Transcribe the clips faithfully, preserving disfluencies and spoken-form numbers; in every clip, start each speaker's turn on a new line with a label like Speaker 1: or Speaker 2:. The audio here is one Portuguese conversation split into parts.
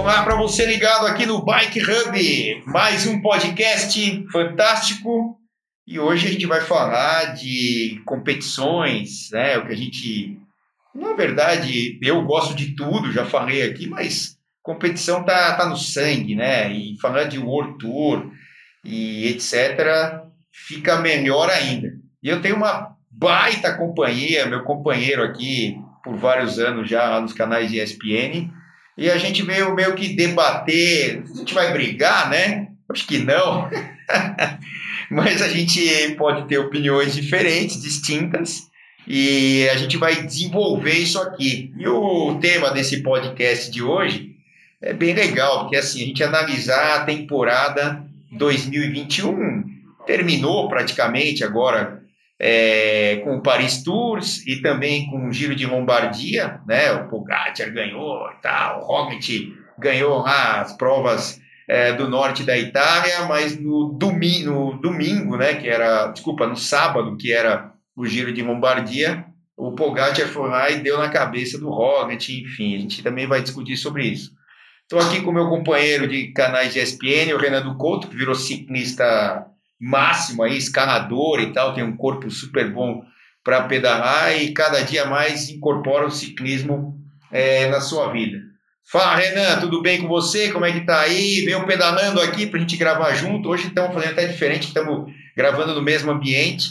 Speaker 1: Olá para você ligado aqui no Bike Hub, mais um podcast fantástico e hoje a gente vai falar de competições, né? O que a gente, na verdade, eu gosto de tudo, já falei aqui, mas competição tá, tá no sangue, né? E falar de World Tour e etcétera fica melhor ainda. E eu tenho uma baita companhia, meu companheiro aqui por vários anos já lá nos canais de E S P N. E a gente veio meio que debater, a gente vai brigar, né? Acho que não, mas a gente pode ter opiniões diferentes, distintas, e a gente vai desenvolver isso aqui. E o tema desse podcast de hoje é bem legal, porque assim, a gente analisar a temporada dois mil e vinte e um, terminou praticamente agora, É, com o Paris Tours e também com o Giro de Lombardia, né? O Pogacar ganhou e tal, o Roglic ganhou lá as provas é, do norte da Itália, mas no, domi no domingo, né? Que era, desculpa, no sábado, que era o Giro de Lombardia, o Pogacar foi lá e deu na cabeça do Roglic, enfim, a gente também vai discutir sobre isso. Estou aqui com o meu companheiro de canais de E S P N, o Renan do Couto, que virou ciclista máximo aí, escalador e tal, tem um corpo super bom para pedalar e cada dia mais incorpora o ciclismo é, na sua vida. Fala, Renan, tudo bem com você? Como é que tá aí? Veio pedalando aqui para a gente gravar junto. Hoje estamos fazendo até diferente, estamos gravando no mesmo ambiente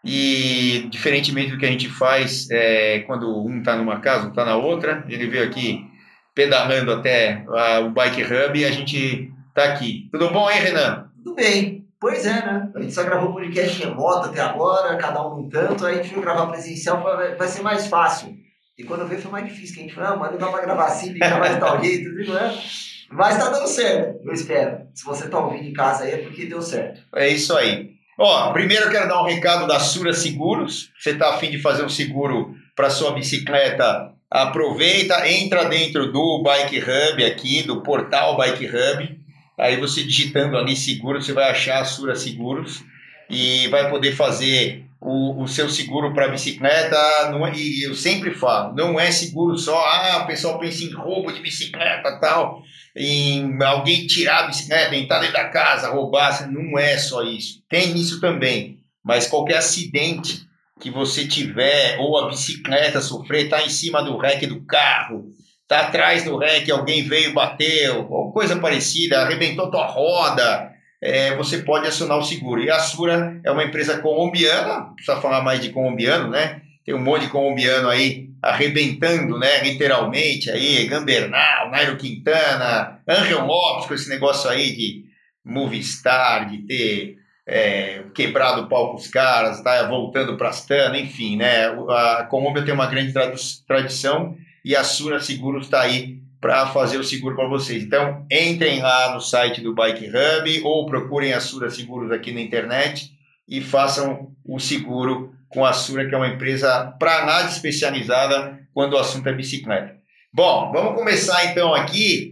Speaker 1: e diferentemente do que a gente faz é, quando um está numa casa, um está na outra. Ele veio aqui pedalando até uh, o Bike Hub e a gente está aqui. Tudo bom aí, Renan?
Speaker 2: Tudo bem. Pois é, né? A gente só gravou podcast remoto até agora, cada um num canto, aí a gente veio gravar presencial, vai, vai ser mais fácil. E quando veio foi mais difícil, que a gente falou, não, mas não dá pra gravar assim, tem que gravar de tal jeito, não é? Mas tá dando certo, eu espero. Se você tá ouvindo em casa aí é porque deu certo.
Speaker 1: É isso aí. Ó, primeiro eu quero dar um recado da Sura Seguros. Você tá a fim de fazer um seguro para sua bicicleta? Aproveita, entra dentro do Bike Hub aqui, do portal Bike Hub. Aí você digitando ali seguro, você vai achar a Sura Seguros e vai poder fazer o, o seu seguro para bicicleta. Não é, e eu sempre falo, não é seguro só, ah, o pessoal pensa em roubo de bicicleta e tal, em alguém tirar a bicicleta, entrar dentro da casa, roubar, não é só isso. Tem isso também, mas qualquer acidente que você tiver, ou a bicicleta sofrer, tá em cima do reque do carro, tá atrás do reque, alguém veio, bateu, ou coisa parecida, arrebentou tua roda, é, você pode acionar o seguro. E a Sura é uma empresa colombiana, não precisa falar mais de colombiano, né? Tem um monte de colombiano aí arrebentando, né? Literalmente aí, Gambernal, Nairo Quintana, Angel Lopes com esse negócio aí de Movistar, de ter é, quebrado o pau com os caras, tá voltando para Astana, enfim, né? A Colômbia tem uma grande tradição e a Sura Seguros está aí para fazer o seguro para vocês. Então, entrem lá no site do Bike Hub ou procurem a Sura Seguros aqui na internet e façam o seguro com a Sura, que é uma empresa para nada especializada quando o assunto é bicicleta. Bom, vamos começar então aqui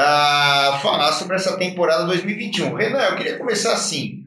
Speaker 1: a falar sobre essa temporada dois mil e vinte e um. Renan, eu queria começar assim,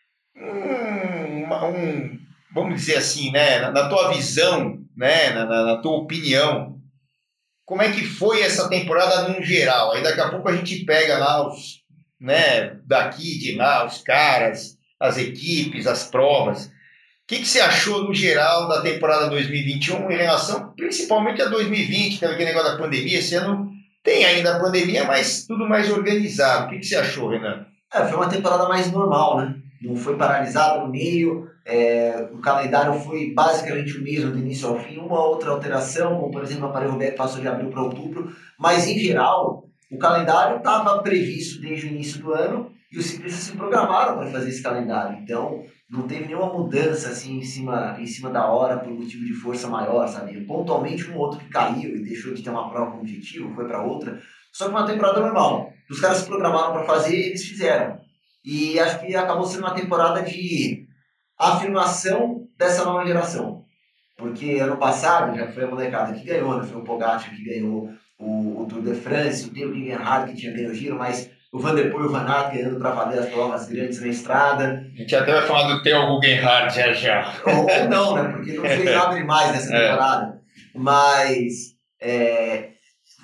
Speaker 1: um, um, vamos dizer assim, né, na, na tua visão, né, na, na, na tua opinião, como é que foi essa temporada no geral? Aí daqui a pouco a gente pega lá os, né, daqui, de lá, os caras, as equipes, as provas. O que, que você achou no geral da temporada dois mil e vinte e um em relação principalmente a dois mil e vinte, teve aquele negócio da pandemia, esse ano tem ainda a pandemia, mas tudo mais organizado. O que, que você achou, Renan?
Speaker 2: É, foi uma temporada mais normal, né? Não foi paralisado no meio, é, o calendário foi basicamente o mesmo do início ao fim, uma outra alteração, como por exemplo a Paris-Roubaix passou de abril para outubro, mas em geral o calendário estava previsto desde o início do ano e os ciclistas se programaram para fazer esse calendário, então não teve nenhuma mudança assim em cima, em cima da hora por motivo de força maior, sabe? Pontualmente um outro que caiu e deixou de ter uma prova com objetivo, foi para outra, só que uma temporada normal. Os caras se programaram para fazer, eles fizeram. E acho que acabou sendo uma temporada de afirmação dessa nova geração. Porque ano passado já foi a molecada que ganhou, né? Foi o Pogacar que ganhou o, o Tour de France, o Theo Gegenhardt que tinha ganho o Giro, mas o Van der Poel e o Van Aert ganhando para valer as provas grandes na estrada.
Speaker 1: A gente até vai falar do Theo Gegenhardt já já.
Speaker 2: Ou, ou não, né? Porque não fez nada demais nessa temporada. Mas é,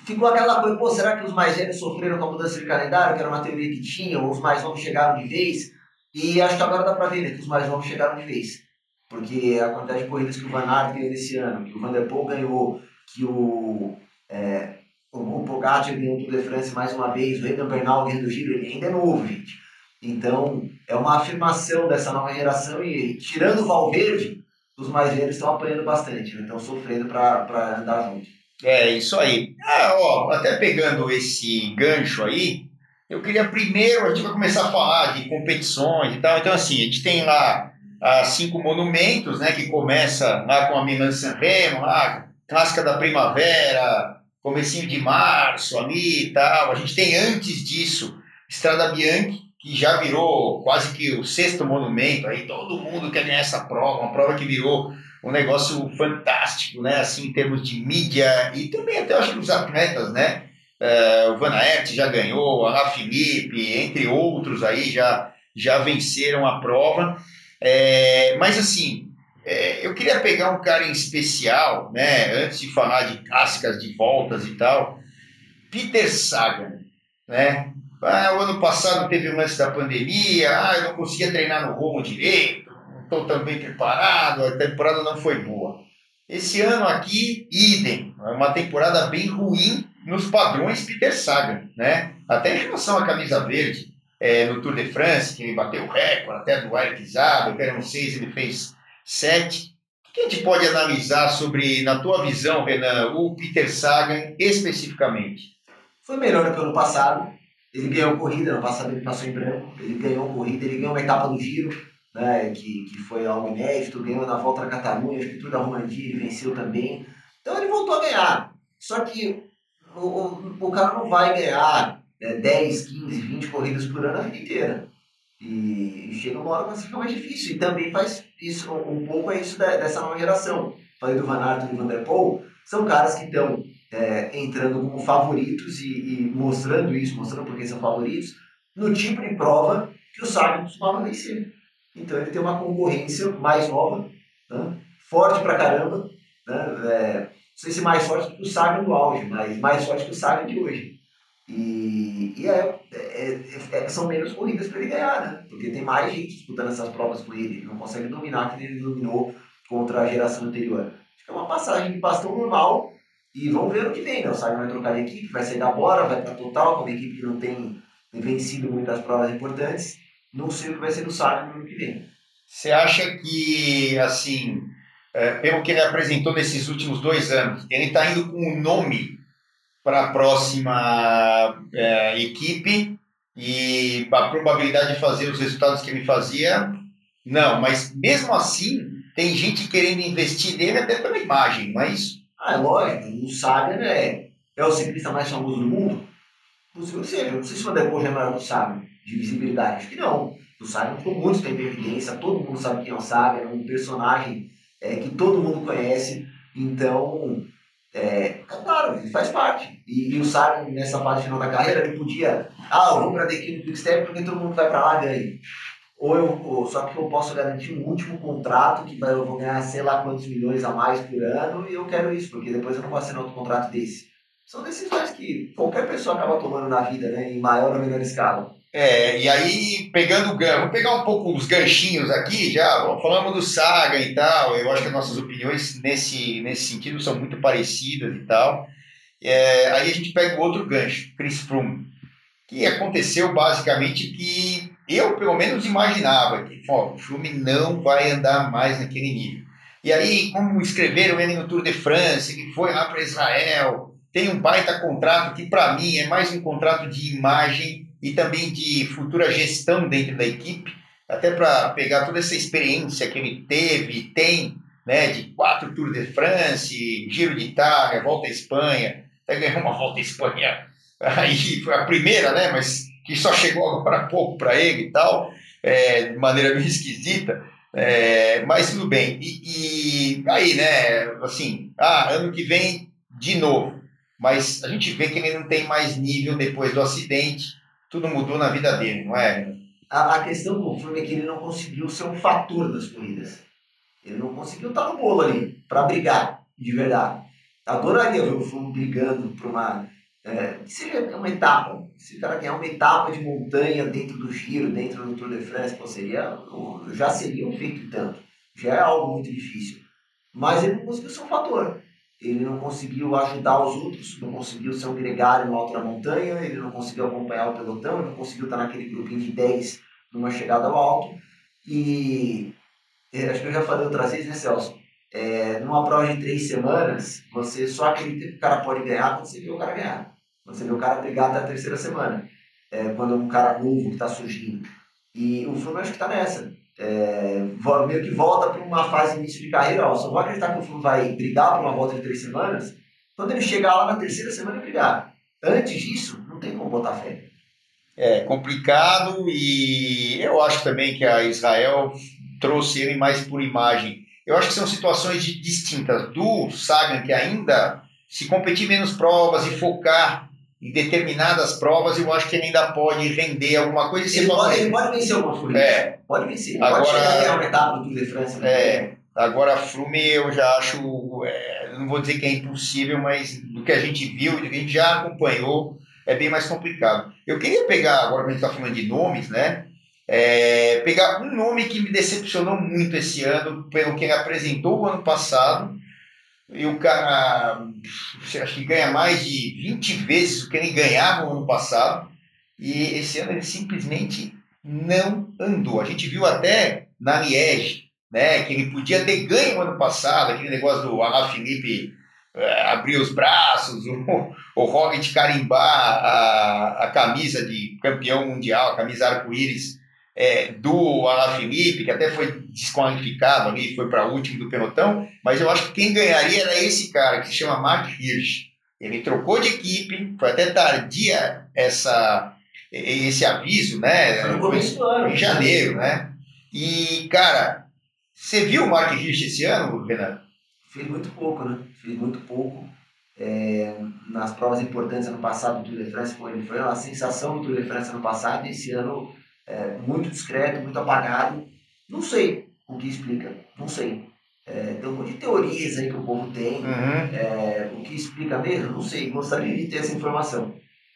Speaker 2: ficou aquela coisa, pô, será que os mais velhos sofreram com a mudança de calendário, que era uma teoria que tinham, os mais novos chegaram de vez? E acho que agora dá para ver, né, que os mais novos chegaram de vez. Porque a quantidade de corridas que o Van Aert ganhou esse ano, que o Van der Poel ganhou, que o, é, o Pogacar ganhou o Tour de France mais uma vez, o Egan Bernal ganhou do Giro, ele ainda é novo, gente. Então, é uma afirmação dessa nova geração e, tirando o Valverde, os mais velhos estão apanhando bastante, né? Estão sofrendo para andar junto.
Speaker 1: É, isso aí. Ah, ó, até pegando esse gancho aí, eu queria primeiro, a gente vai começar a falar de competições e tal. Então, assim, a gente tem lá as cinco monumentos, né, que começa lá com a Milan-San Remo, lá, Clássica da Primavera, comecinho de março ali e tal. A gente tem antes disso Strada Bianchi, que já virou quase que o sexto monumento, aí todo mundo quer ganhar essa prova, uma prova que virou um negócio fantástico, né, assim, em termos de mídia e também até, eu acho que os atletas, né, uh, o Van Aert já ganhou, a Alaphilippe, entre outros aí, já, já venceram a prova, é, mas assim, é, eu queria pegar um cara em especial, né, antes de falar de clássicas, de voltas e tal, Peter Sagan, né? Ah, o ano passado teve o lance da pandemia, ah, eu não conseguia treinar no rumo direito, não estou tão bem preparado, a temporada não foi boa. Esse ano aqui, idem, é uma temporada bem ruim nos padrões Peter Sagan, né? Até em relação à camisa verde, é, no Tour de France, que ele bateu o recorde, até do Eric Zabel, que eram seis, ele fez sete. O que a gente pode analisar sobre, na tua visão, Renan, o Peter Sagan especificamente?
Speaker 2: Foi melhor que o ano passado. Ele ganhou corrida, ano passado ele passou em branco. Ele ganhou corrida, ele ganhou uma etapa do Giro, né, que, que foi algo inédito. Ganhou na Volta à Catalunha, acho que Tour da Romandie ele venceu também. Então ele voltou a ganhar. Só que o, o, o cara não vai ganhar, né, dez, quinze, vinte corridas por ano a vida inteira. E chega uma hora que fica mais difícil. E também faz isso, um pouco é isso da, dessa nova geração. Falei do Van Aert e do Van der Poel, são caras que estão é, entrando como favoritos e, e mostrando isso, mostrando porque são favoritos, no tipo de prova que o Sagan costumava vencer. Então ele tem uma concorrência mais nova, né? Forte pra caramba, né? É, não sei se mais forte que o Sagan do auge, mas mais forte que o Sagan de hoje. E, e é, é, é, são menos corridas para ele ganhar, né? Porque tem mais gente disputando essas provas com ele, ele não consegue dominar que ele dominou contra a geração anterior. Acho que é uma passagem de bastão normal. E vamos ver o que vem, né? O Sagan vai trocar de equipe, vai sair da Bora, vai para Total, uma equipe que não tem vencido muitas provas importantes. Não sei o que vai ser do Sagan no ano que vem.
Speaker 1: Você acha que, assim, é, pelo que ele apresentou nesses últimos dois anos, ele está indo com o nome para a próxima é, equipe e a probabilidade de fazer os resultados que ele fazia, não, mas mesmo assim, tem gente querendo investir nele até pela imagem, não é isso?
Speaker 2: Ah, é lógico, o Sagan é, é o ciclista mais famoso do mundo. Possível que seja. Não sei se o Van der Poel já é maior que o Sagan, de visibilidade. Acho que não. O Sagan ficou muito tempo em evidência, todo mundo sabe quem é o Sagan, é um personagem é, que todo mundo conhece. Então, é, é claro, ele faz parte. E, e o Sagan, nessa fase final da carreira, ele podia, ah, eu vou para daqui no Quickstep porque todo mundo vai para lá e ganha. Ou eu, ou, só que eu posso garantir um último contrato que vai, eu vou ganhar sei lá quantos milhões a mais por ano e eu quero isso, porque depois eu não vou assinar outro contrato desse. São decisões que qualquer pessoa acaba tomando na vida, né, em maior ou menor escala.
Speaker 1: É, e aí, pegando o gancho, vamos pegar um pouco os ganchinhos aqui, já falamos do Saga e tal, eu acho que as nossas opiniões nesse, nesse sentido são muito parecidas e tal. É, aí a gente pega o outro gancho, Chris Froome, que aconteceu basicamente que eu, pelo menos, imaginava que ó, o Froome não vai andar mais naquele nível. E aí, como escreveram ele no Tour de France, ele foi lá para Israel, tem um baita contrato que, para mim, é mais um contrato de imagem e também de futura gestão dentro da equipe, até para pegar toda essa experiência que ele teve, tem, né, de quatro Tour de France, Giro de Itália, Volta à Espanha, até ganhou uma Volta à Espanha, aí foi a primeira, né, mas que só chegou agora há pouco para ele e tal, é, de maneira meio esquisita, é, mas tudo bem. E, e aí, né, assim, ah, ano que vem de novo, mas a gente vê que ele não tem mais nível depois do acidente, tudo mudou na vida dele, não é?
Speaker 2: A, a questão com o Froome é que ele não conseguiu ser um fator das corridas. Ele não conseguiu estar no bolo ali, para brigar, de verdade. Adoraria ver o Froome brigando por uma É, seria uma etapa. Se o cara ganhar uma etapa de montanha dentro do Giro, dentro do Tour de France, pô, seria, já seria um feito e tanto. Já é algo muito difícil. Mas ele não conseguiu ser um fator. Ele não conseguiu ajudar os outros, não conseguiu ser um gregário numa outra montanha, ele não conseguiu acompanhar o pelotão, ele não conseguiu estar naquele grupinho de dez numa chegada ao alto. E é, acho que eu já falei outras vezes, né, Celso? É, numa prova de três semanas, você só acredita que o cara pode ganhar quando você vê o cara ganhar. Quando você vê o cara brigar até a terceira semana. É, quando é um cara novo que está surgindo. E o Froome acho que está nessa. É, meio que volta para uma fase de início de carreira. Ó, só vou acreditar que o Froome vai brigar por uma volta de três semanas quando ele chegar lá na terceira semana e brigar. Antes disso, não tem como botar fé.
Speaker 1: É complicado e eu acho também que a Israel trouxe ele mais por imagem. Eu acho que são situações distintas do Sagan, que ainda, se competir menos provas e focar em determinadas provas, eu acho que ele ainda pode render alguma coisa.
Speaker 2: Ele pode, ele pode vencer algumas corridas. É. Pode vencer. Ele agora, pode chegar a ganhar uma etapa do Tour de France. Né?
Speaker 1: É, agora, Froome eu já acho, é, não vou dizer que é impossível, mas do que a gente viu, do que a gente já acompanhou, é bem mais complicado. Eu queria pegar, agora que a gente está falando de nomes, né? É, pegar um nome que me decepcionou muito esse ano, pelo que ele apresentou o ano passado, e o cara, acho que ganha mais de vinte vezes o que ele ganhava no ano passado, e esse ano ele simplesmente não andou. A gente viu até na Liège, né, que ele podia ter ganho no ano passado, aquele negócio do Alaphilippe é, abrir os braços, o, o Roglic carimbar a, a camisa de campeão mundial, a camisa arco-íris é, do Alaphilippe, que até foi desqualificado ali, foi para o último do pelotão, mas eu acho que quem ganharia era esse cara, que se chama Mark Hirschi. Ele trocou de equipe, foi até tardia essa, esse aviso, né?
Speaker 2: Foi no começo do ano.
Speaker 1: Em janeiro, né? E, cara, você viu o Mark Hirschi esse ano, Renan?
Speaker 2: Fez muito pouco, né? Fez muito pouco. É, nas provas importantes ano passado do Tour de France, ele foi uma sensação do Tour de France ano passado, e esse ano é, muito discreto, muito apagado. Não sei o que explica, não sei. É, tem um monte de teorias aí que o povo tem.
Speaker 1: Uhum.
Speaker 2: É, o que explica mesmo? Não sei, gostaria de ter essa informação.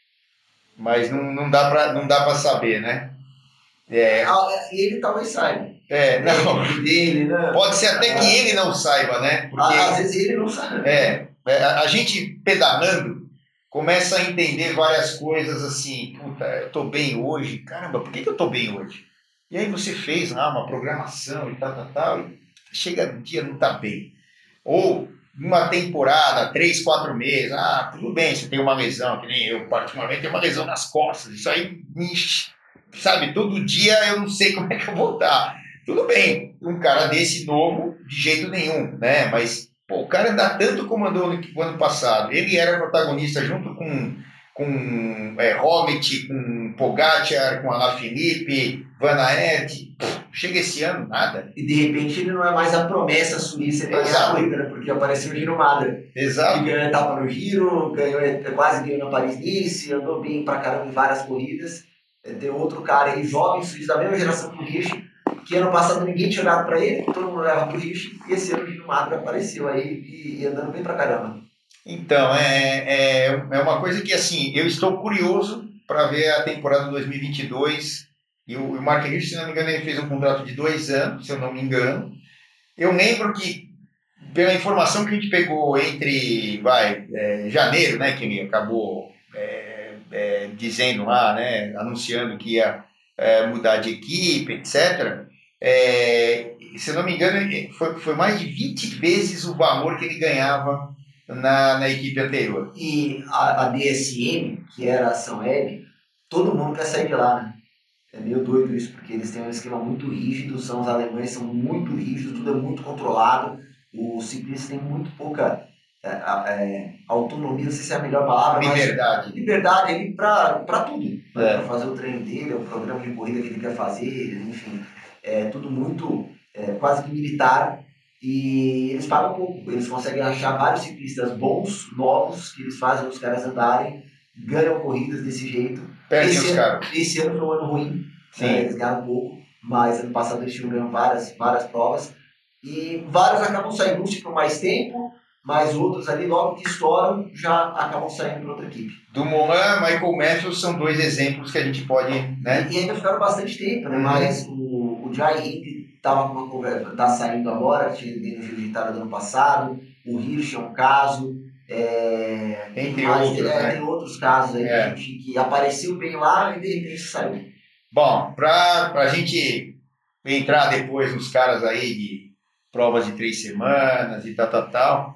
Speaker 1: Mas não, não dá para não dá para saber, né?
Speaker 2: É. E ele talvez saiba.
Speaker 1: É, não.
Speaker 2: Dele, né?
Speaker 1: Pode ser até que ele não saiba, né?
Speaker 2: Porque, às vezes ele não sabe.
Speaker 1: É, a gente pedalando começa a entender várias coisas assim. Puta, eu tô bem hoje. Caramba, por que, que eu tô bem hoje? E aí você fez lá uma programação e tal, tal, tal. E chega no dia não tá bem. Ou uma temporada, três, quatro meses. Ah, tudo bem, você tem uma lesão, que nem eu particularmente tenho uma lesão nas costas. Isso aí me... Sabe, todo dia eu não sei como é que eu vou estar. Tudo bem, um cara desse novo, de jeito nenhum, né? Mas, pô, o cara anda tanto como andou no ano passado. Ele era protagonista junto com, com é, Roglic, com Pogacar, com Alaphilippe, Van Aert. Chega esse ano, nada.
Speaker 2: E de repente ele não é mais a promessa suíça para ganhar a corrida, né? Porque apareceu o Giro Madre.
Speaker 1: Exato.
Speaker 2: Ele ganhou a etapa no Giro, ganhou, quase ganhou na Paris-Nice, andou bem pra caramba em várias corridas. Tem outro cara aí, jovem, suíço, da mesma geração que o Hirschi, que ano passado ninguém tinha olhado para ele, todo mundo leva pro Hirschi, e esse ano o Giro Madre apareceu aí e, e andando bem pra caramba.
Speaker 1: Então, é, é, é uma coisa que, assim, eu estou curioso para ver a temporada dois mil e vinte e dois, e o, o Mark Hirschi, se não me engano, ele fez um contrato de dois anos, se eu não me engano. Eu lembro que, pela informação que a gente pegou entre, vai, é, janeiro, né, que ele acabou... É, É, dizendo lá, né, anunciando que ia é, mudar de equipe, etcétera. É, se não me engano, foi, foi mais de vinte vezes o valor que ele ganhava na, na equipe anterior.
Speaker 2: E a, a D S M, que era a Ação Web, todo mundo quer sair de lá, né? É meio doido isso, porque eles têm um esquema muito rígido, são os alemães, são muito rígidos, tudo é muito controlado, os ciclistas têm muito pouca... É, é, autonomia, não sei se é a melhor palavra,
Speaker 1: liberdade.
Speaker 2: Mas liberdade ali para tudo, né? É. Para fazer o treino dele, o programa de corrida que ele quer fazer, enfim, é tudo muito é, quase que militar, e eles pagam pouco, eles conseguem achar vários ciclistas bons, novos, que eles fazem os caras andarem, ganham corridas desse jeito.
Speaker 1: Perdem
Speaker 2: esse,
Speaker 1: os caras.
Speaker 2: Esse ano foi um ano ruim, né? Eles ganharam pouco, mas ano passado eles tinham ganho várias, várias provas, e vários acabam saindo, uns ficam mais tempo, mas outros ali, logo que estouram, já acabam saindo para outra equipe.
Speaker 1: Dumoulin, Michael Matthews são dois exemplos que a gente pode, né?
Speaker 2: E, e ainda ficaram bastante tempo, né? Uhum. Mas o, o Jai Hindley estava com uma conversa, tá saindo agora, tinha ido no Giro de Itália do ano passado, o Hirsch é um caso, é,
Speaker 1: entre
Speaker 2: mas,
Speaker 1: outros,
Speaker 2: é,
Speaker 1: né?
Speaker 2: Tem outros casos aí
Speaker 1: é.
Speaker 2: que, que apareceu bem lá e de repente saiu.
Speaker 1: Bom, para a gente entrar depois nos caras aí de provas de três semanas e tal, tal, tal,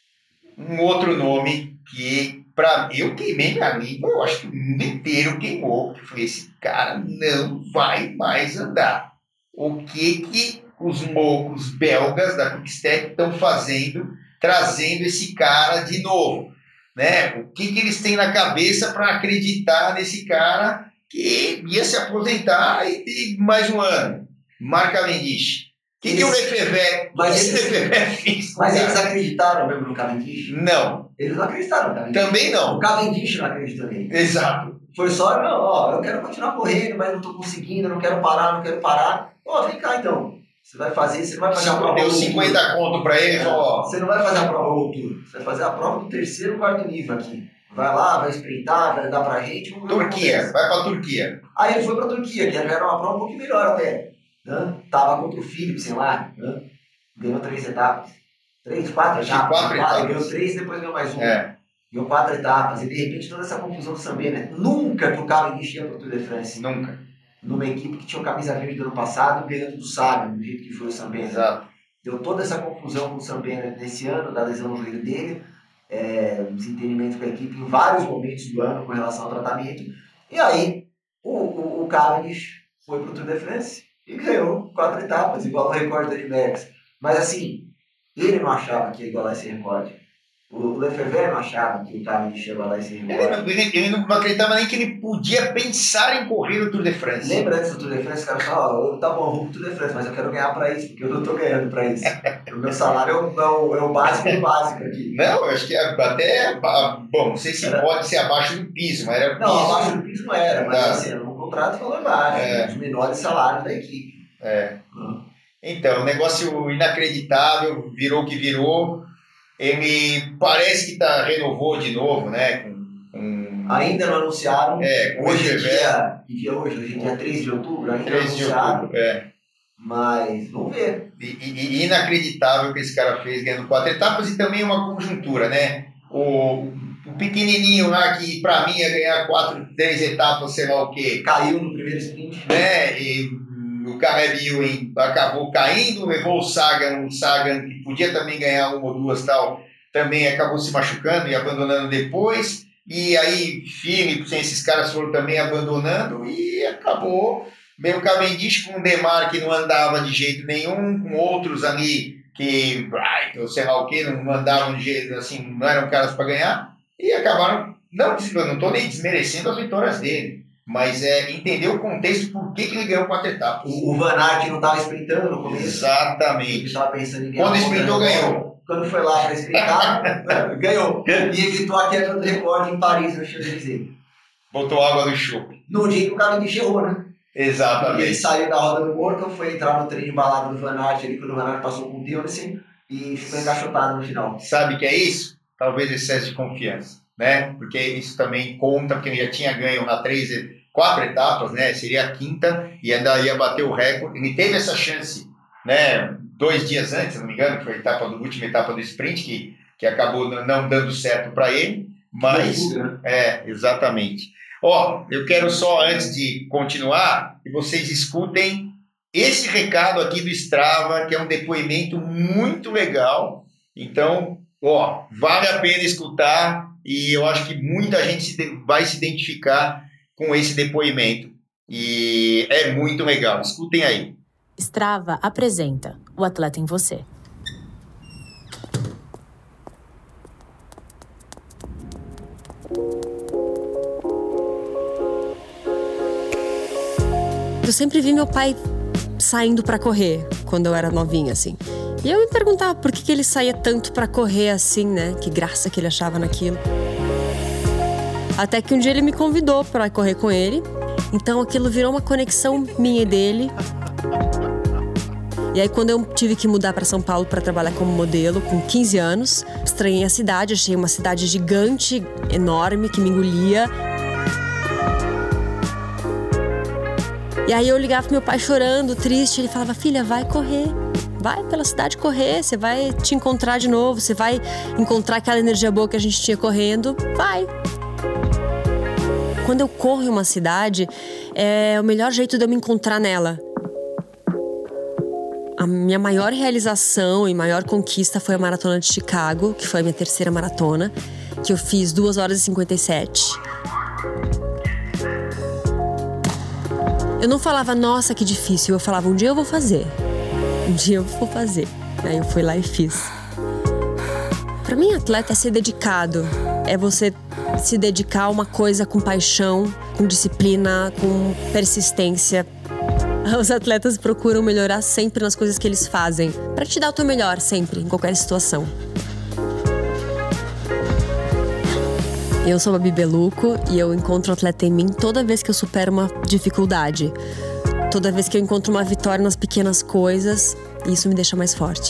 Speaker 1: um outro nome que, para eu queimei minha língua, eu acho que o mundo inteiro queimou, que foi esse cara não vai mais andar. O que que os moucos belgas da Quick-Step estão fazendo, trazendo esse cara de novo, né? O que que eles têm na cabeça para acreditar nesse cara que ia se aposentar e, e mais um ano? Marc Cavendish. O que, que o Lefebvre,
Speaker 2: mas
Speaker 1: esse Lefebvre fez?
Speaker 2: Mas cara? Eles acreditaram mesmo no Cavendish?
Speaker 1: Não.
Speaker 2: Eles não acreditaram no Cavendish.
Speaker 1: Também não.
Speaker 2: O Cavendish não acreditou nele.
Speaker 1: Exato.
Speaker 2: Foi só, não, ó, eu quero continuar correndo, mas não tô conseguindo, não quero parar, não quero parar. Ó, vem cá então. Você vai fazer, você não vai fazer a prova.
Speaker 1: Deu cinquenta conto pra ele,
Speaker 2: é,
Speaker 1: ó.
Speaker 2: Você não vai fazer a prova World Tour. Você vai fazer a prova do terceiro, quarto nível aqui. Vai lá, vai espreitar, vai dar pra gente.
Speaker 1: Turquia, vai pra Turquia.
Speaker 2: Aí ele foi pra Turquia, que já era uma prova um pouquinho melhor até. Né? Tava contra o Philipsen lá, né? Ganhou três etapas. Três, quatro etapas.
Speaker 1: Quatro etapas.
Speaker 2: Ganhou três e depois ganhou mais uma.
Speaker 1: É.
Speaker 2: Ganhou quatro etapas. E de repente toda essa confusão do Sambé, né? Nunca que o Cavendish ia pro Tour de France.
Speaker 1: Nunca.
Speaker 2: Numa equipe que tinha o camisa verde do ano passado, ganhando do Sagan, do jeito que foi o Sambé.
Speaker 1: Exato.
Speaker 2: Deu toda essa confusão com o Sambé nesse ano, da lesão no joelho dele, é, desentendimento com a equipe em vários momentos do ano com relação ao tratamento. E aí, o, o, o Cavendish foi pro Tour de France e ganhou quatro etapas, igual o recorde da Unimerx. Mas assim, ele não achava que ia igualar esse recorde. O Lefebvre não achava que o Cavendish ia igualar esse recorde.
Speaker 1: Ele não, ele, ele não acreditava nem que ele podia pensar em correr no Tour de France.
Speaker 2: Lembra antes do Tour de France, o cara falava, oh, tá bom, eu vou pro Tour de France, mas eu quero ganhar pra isso, porque eu não tô ganhando pra isso. O meu salário é o, é o, é o básico do básico aqui.
Speaker 1: Não, eu acho que até, bom, não sei se era... pode ser abaixo do piso, mas era
Speaker 2: Não,
Speaker 1: piso.
Speaker 2: abaixo do piso não era, mas tá. Assim, no contrato falou abaixo, é. Os menores salários da equipe.
Speaker 1: É. Hum. Então, um negócio inacreditável, virou o que virou. Ele parece que tá, renovou de novo, né? Com, com...
Speaker 2: Ainda não anunciaram.
Speaker 1: É, com
Speaker 2: hoje é dia, que dia hoje? Hoje é dia treze de outubro, ainda não anunciaram. Outubro, é. Mas vamos ver.
Speaker 1: E, e, inacreditável que esse cara fez, ganhando quatro etapas e também uma conjuntura, né? O, o pequenininho lá que pra mim ia ganhar quatro, três etapas, sei lá o quê.
Speaker 2: Caiu no primeiro sprint.
Speaker 1: Né? E o Caleb Ewan acabou caindo, levou o Sagan, o Sagan que podia também ganhar uma ou duas tal, também acabou se machucando e abandonando depois, e aí Philipsen, esses caras foram também abandonando e acabou meio Cavendish com o Demar que não andava de jeito nenhum, com outros ali que, ou sei lá o que, não andavam de jeito, assim, não eram caras para ganhar, e acabaram, não, eu não estou nem desmerecendo as vitórias dele, mas é entender o contexto por que, que ele ganhou quatro etapas.
Speaker 2: O, o Van Aert não estava sprintando no começo.
Speaker 1: Exatamente.
Speaker 2: Ele estava pensando em ganhar.
Speaker 1: Quando sprintou, ganhou.
Speaker 2: Quando foi lá para sprintar, ganhou. E evitou a queda do recorde em Paris, no Champs-Élysées.
Speaker 1: Botou água no chope.
Speaker 2: No dia que o cara me errou, né?
Speaker 1: Exatamente.
Speaker 2: E ele saiu da roda do Morton, foi entrar no trem de balada do Van Aert, ali, quando o Van Aert passou com o Teunissen e ficou encaixotado no final.
Speaker 1: Sabe o que é isso? Talvez excesso de confiança, né? Porque isso também conta, porque ele já tinha ganho na três, quatro etapas, né? Seria a quinta e ainda ia bater o recorde. Ele teve essa chance, né? Dois dias antes, se não me engano, que foi a etapa, a última etapa do sprint, que, que acabou não dando certo para ele, mas... É, exatamente. Ó, eu quero só, antes de continuar, que vocês escutem esse recado aqui do Strava, que é um depoimento muito legal. Então, ó, vale a pena escutar e eu acho que muita gente se, vai se identificar com esse depoimento. E é muito legal. Escutem aí.
Speaker 3: Strava apresenta O Atleta em Você.
Speaker 4: Eu sempre vi meu pai saindo pra correr quando eu era novinha, assim. E eu me perguntava por que, que ele saía tanto pra correr assim, né? Que graça que ele achava naquilo. Até que um dia ele me convidou pra correr com ele. Então aquilo virou uma conexão minha e dele. E aí quando eu tive que mudar para São Paulo para trabalhar como modelo, com quinze anos, estranhei a cidade, achei uma cidade gigante, enorme, que me engolia. E aí eu ligava pro meu pai chorando, triste, ele falava, filha, vai correr. Vai pela cidade correr, você vai te encontrar de novo, você vai encontrar aquela energia boa que a gente tinha correndo, vai. Quando eu corro em uma cidade, é o melhor jeito de eu me encontrar nela. A minha maior realização e maior conquista foi a Maratona de Chicago, que foi a minha terceira maratona, que eu fiz duas horas e cinquenta e sete. Eu não falava, nossa, que difícil, eu falava, um dia eu vou fazer. Um dia eu vou fazer. Aí eu fui lá e fiz. Pra mim, atleta é ser dedicado. É você se dedicar a uma coisa com paixão, com disciplina, com persistência. Os atletas procuram melhorar sempre nas coisas que eles fazem, pra te dar o teu melhor sempre, em qualquer situação. Eu sou a Babi Beluco e eu encontro o atleta em mim toda vez que eu supero uma dificuldade. Toda vez que eu encontro uma vitória nas pequenas coisas, isso me deixa mais forte.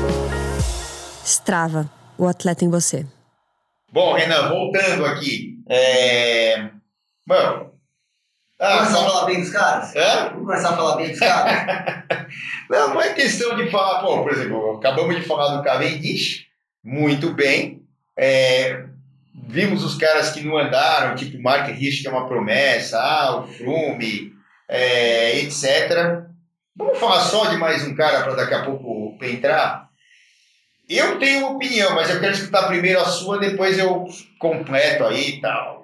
Speaker 4: Strava, o atleta em você.
Speaker 1: Bom, Renan, voltando aqui. É... Bom...
Speaker 2: Ah, Vamos começar a falar bem dos caras?
Speaker 1: Hã?
Speaker 2: Vamos começar a falar bem dos caras?
Speaker 1: Não, não é questão de falar... Pô, por exemplo, acabamos de falar do Cavendish, muito bem. É... Vimos os caras que não andaram, tipo o Mark Hirschi, que é uma promessa, ah, o Froome... É, etcétera. Vamos falar só de mais um cara para daqui a pouco entrar? Eu tenho uma opinião, mas eu quero escutar primeiro a sua, depois eu completo aí e tal.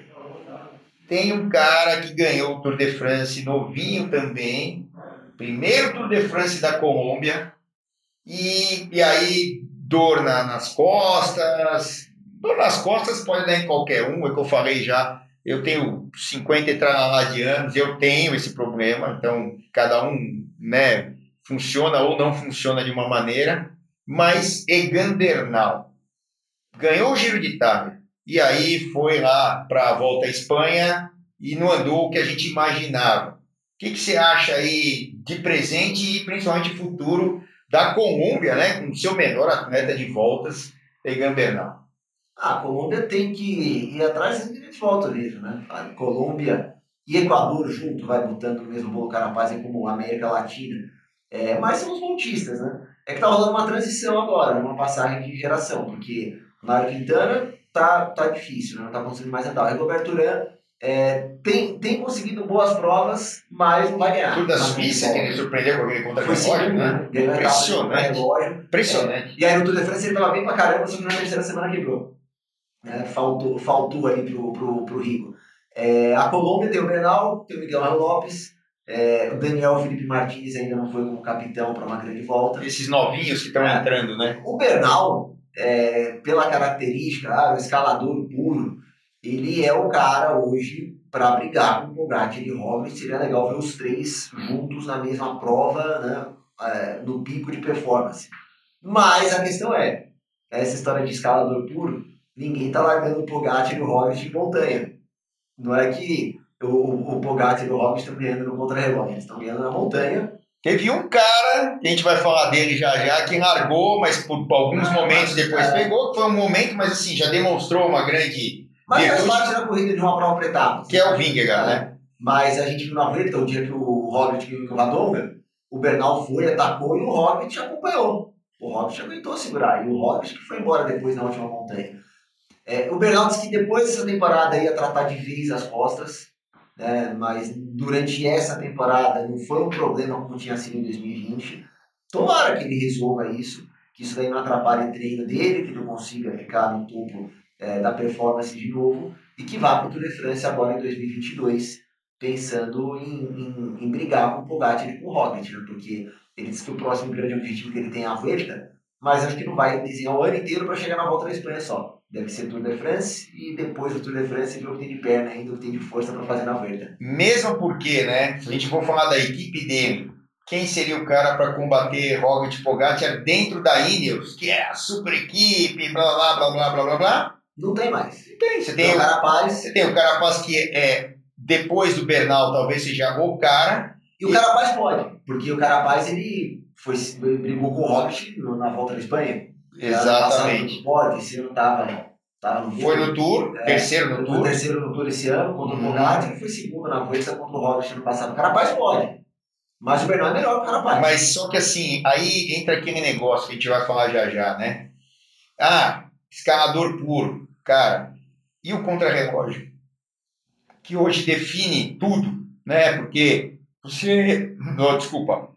Speaker 1: Tem um cara que ganhou o Tour de France novinho também, primeiro Tour de France da Colômbia, e, e aí dor na, nas costas. Dor nas costas pode dar em qualquer um, é que eu falei já. Eu tenho cinquenta e três de anos, eu tenho esse problema, então cada um, né, funciona ou não funciona de uma maneira, mas Egan Bernal ganhou o Giro de Itália e aí foi lá para a Volta à Espanha e não andou o que a gente imaginava. O que, que você acha aí de presente e principalmente futuro da Colômbia, né, com o seu melhor atleta de voltas, Egan Bernal?
Speaker 2: Ah, a Colômbia tem que ir atrás de volta mesmo, né? A Colômbia e Equador junto, vai botando no mesmo bolo Carapaz como América Latina. É, mas são os voltistas, né? É que tá rolando uma transição agora, uma passagem de geração, porque o Nairo Quintana tá, tá difícil, né? Não tá conseguindo mais andar. O Rigoberto Urán é, tem, tem conseguido boas provas, mas não vai ganhar.
Speaker 1: Tour da Suíça, que ele surpreendeu com aquele contra-relógio, né?
Speaker 2: Impressionante.
Speaker 1: Impressionante.
Speaker 2: É, e aí no Tour de France ele tava bem pra caramba, só que na terceira semana quebrou. É, faltou, faltou ali pro, pro, pro Rigo. É, a Colômbia tem o Bernal, tem o Miguel Angel Lopes, é, o Daniel Felipe Martins ainda não foi como capitão para uma grande volta.
Speaker 1: Esses novinhos que estão é. entrando, né?
Speaker 2: O Bernal, é, pela característica, ah, o escalador puro, ele é o cara hoje para brigar com o Pogacar e o Roglic. Seria legal ver os três juntos na mesma prova, né, é, no pico de performance. Mas a questão é, essa história de escalador puro, ninguém tá largando o Pogacar e o Roglic em montanha. Não é que o, o Pogacar e o Roglic estão ganhando no contra-relógio, eles estão ganhando na montanha.
Speaker 1: Teve um cara, que a gente vai falar dele já já, que largou, mas por alguns momentos depois é. pegou, que foi um momento, mas assim, já demonstrou uma grande...
Speaker 2: Mas faz parte da corrida de uma prova etapa.
Speaker 1: Que é o Vingegaard, é. né?
Speaker 2: Mas a gente viu na Vuelta, o dia que o Roglic ganhou o Vadonga, o Bernal foi, atacou e o Roglic acompanhou. O Roglic aguentou segurar, e o Roglic que foi embora depois na última montanha. É, o Bernal disse que depois dessa temporada ia tratar de vez as costas, né, mas durante essa temporada não foi um problema como tinha sido em dois mil e vinte. Tomara que ele resolva isso, que isso daí não atrapalhe o treino dele, que ele consiga ficar no topo é, da performance de novo e que vá para o Tour de France agora em dois mil e vinte e dois, pensando em, em, em brigar com o Pogacar e com o Roglic, né, porque ele disse que o próximo grande objetivo que ele tem é a Vuelta, mas acho que não vai desenhar o ano inteiro para chegar na volta da Espanha só. Deve ser Tour de France e depois do Tour de France ver o que tem de perna ainda, o que tem de força para fazer na Vuelta.
Speaker 1: Mesmo porque, né, se a gente for falar da equipe dele, quem seria o cara para combater Roglic e Pogacar dentro da Ineos, que é a super equipe, blá blá blá blá blá blá blá?
Speaker 2: Não tem mais.
Speaker 1: Não tem. Você tem, tem o Carapaz. Você tem o Carapaz que é, depois do Bernal, talvez seja o cara.
Speaker 2: E o Carapaz pode, porque o Carapaz ele foi, brigou com o Roglic na volta da Espanha.
Speaker 1: Exatamente.
Speaker 2: Pode, esse ano tava, tava no
Speaker 1: Foi no Tour, é, terceiro no Tour.
Speaker 2: terceiro no Tour esse ano, contra o Pogacar, e foi segundo na Vuelta contra o Roglic no passado. O Carapaz pode, mas o Bernal é melhor que o Carapaz.
Speaker 1: Mas só que assim, aí entra aquele negócio que a gente vai falar já já, né? Ah, escalador puro, cara, e o contrarrelógio? Que hoje define tudo, né? Porque você, não, desculpa,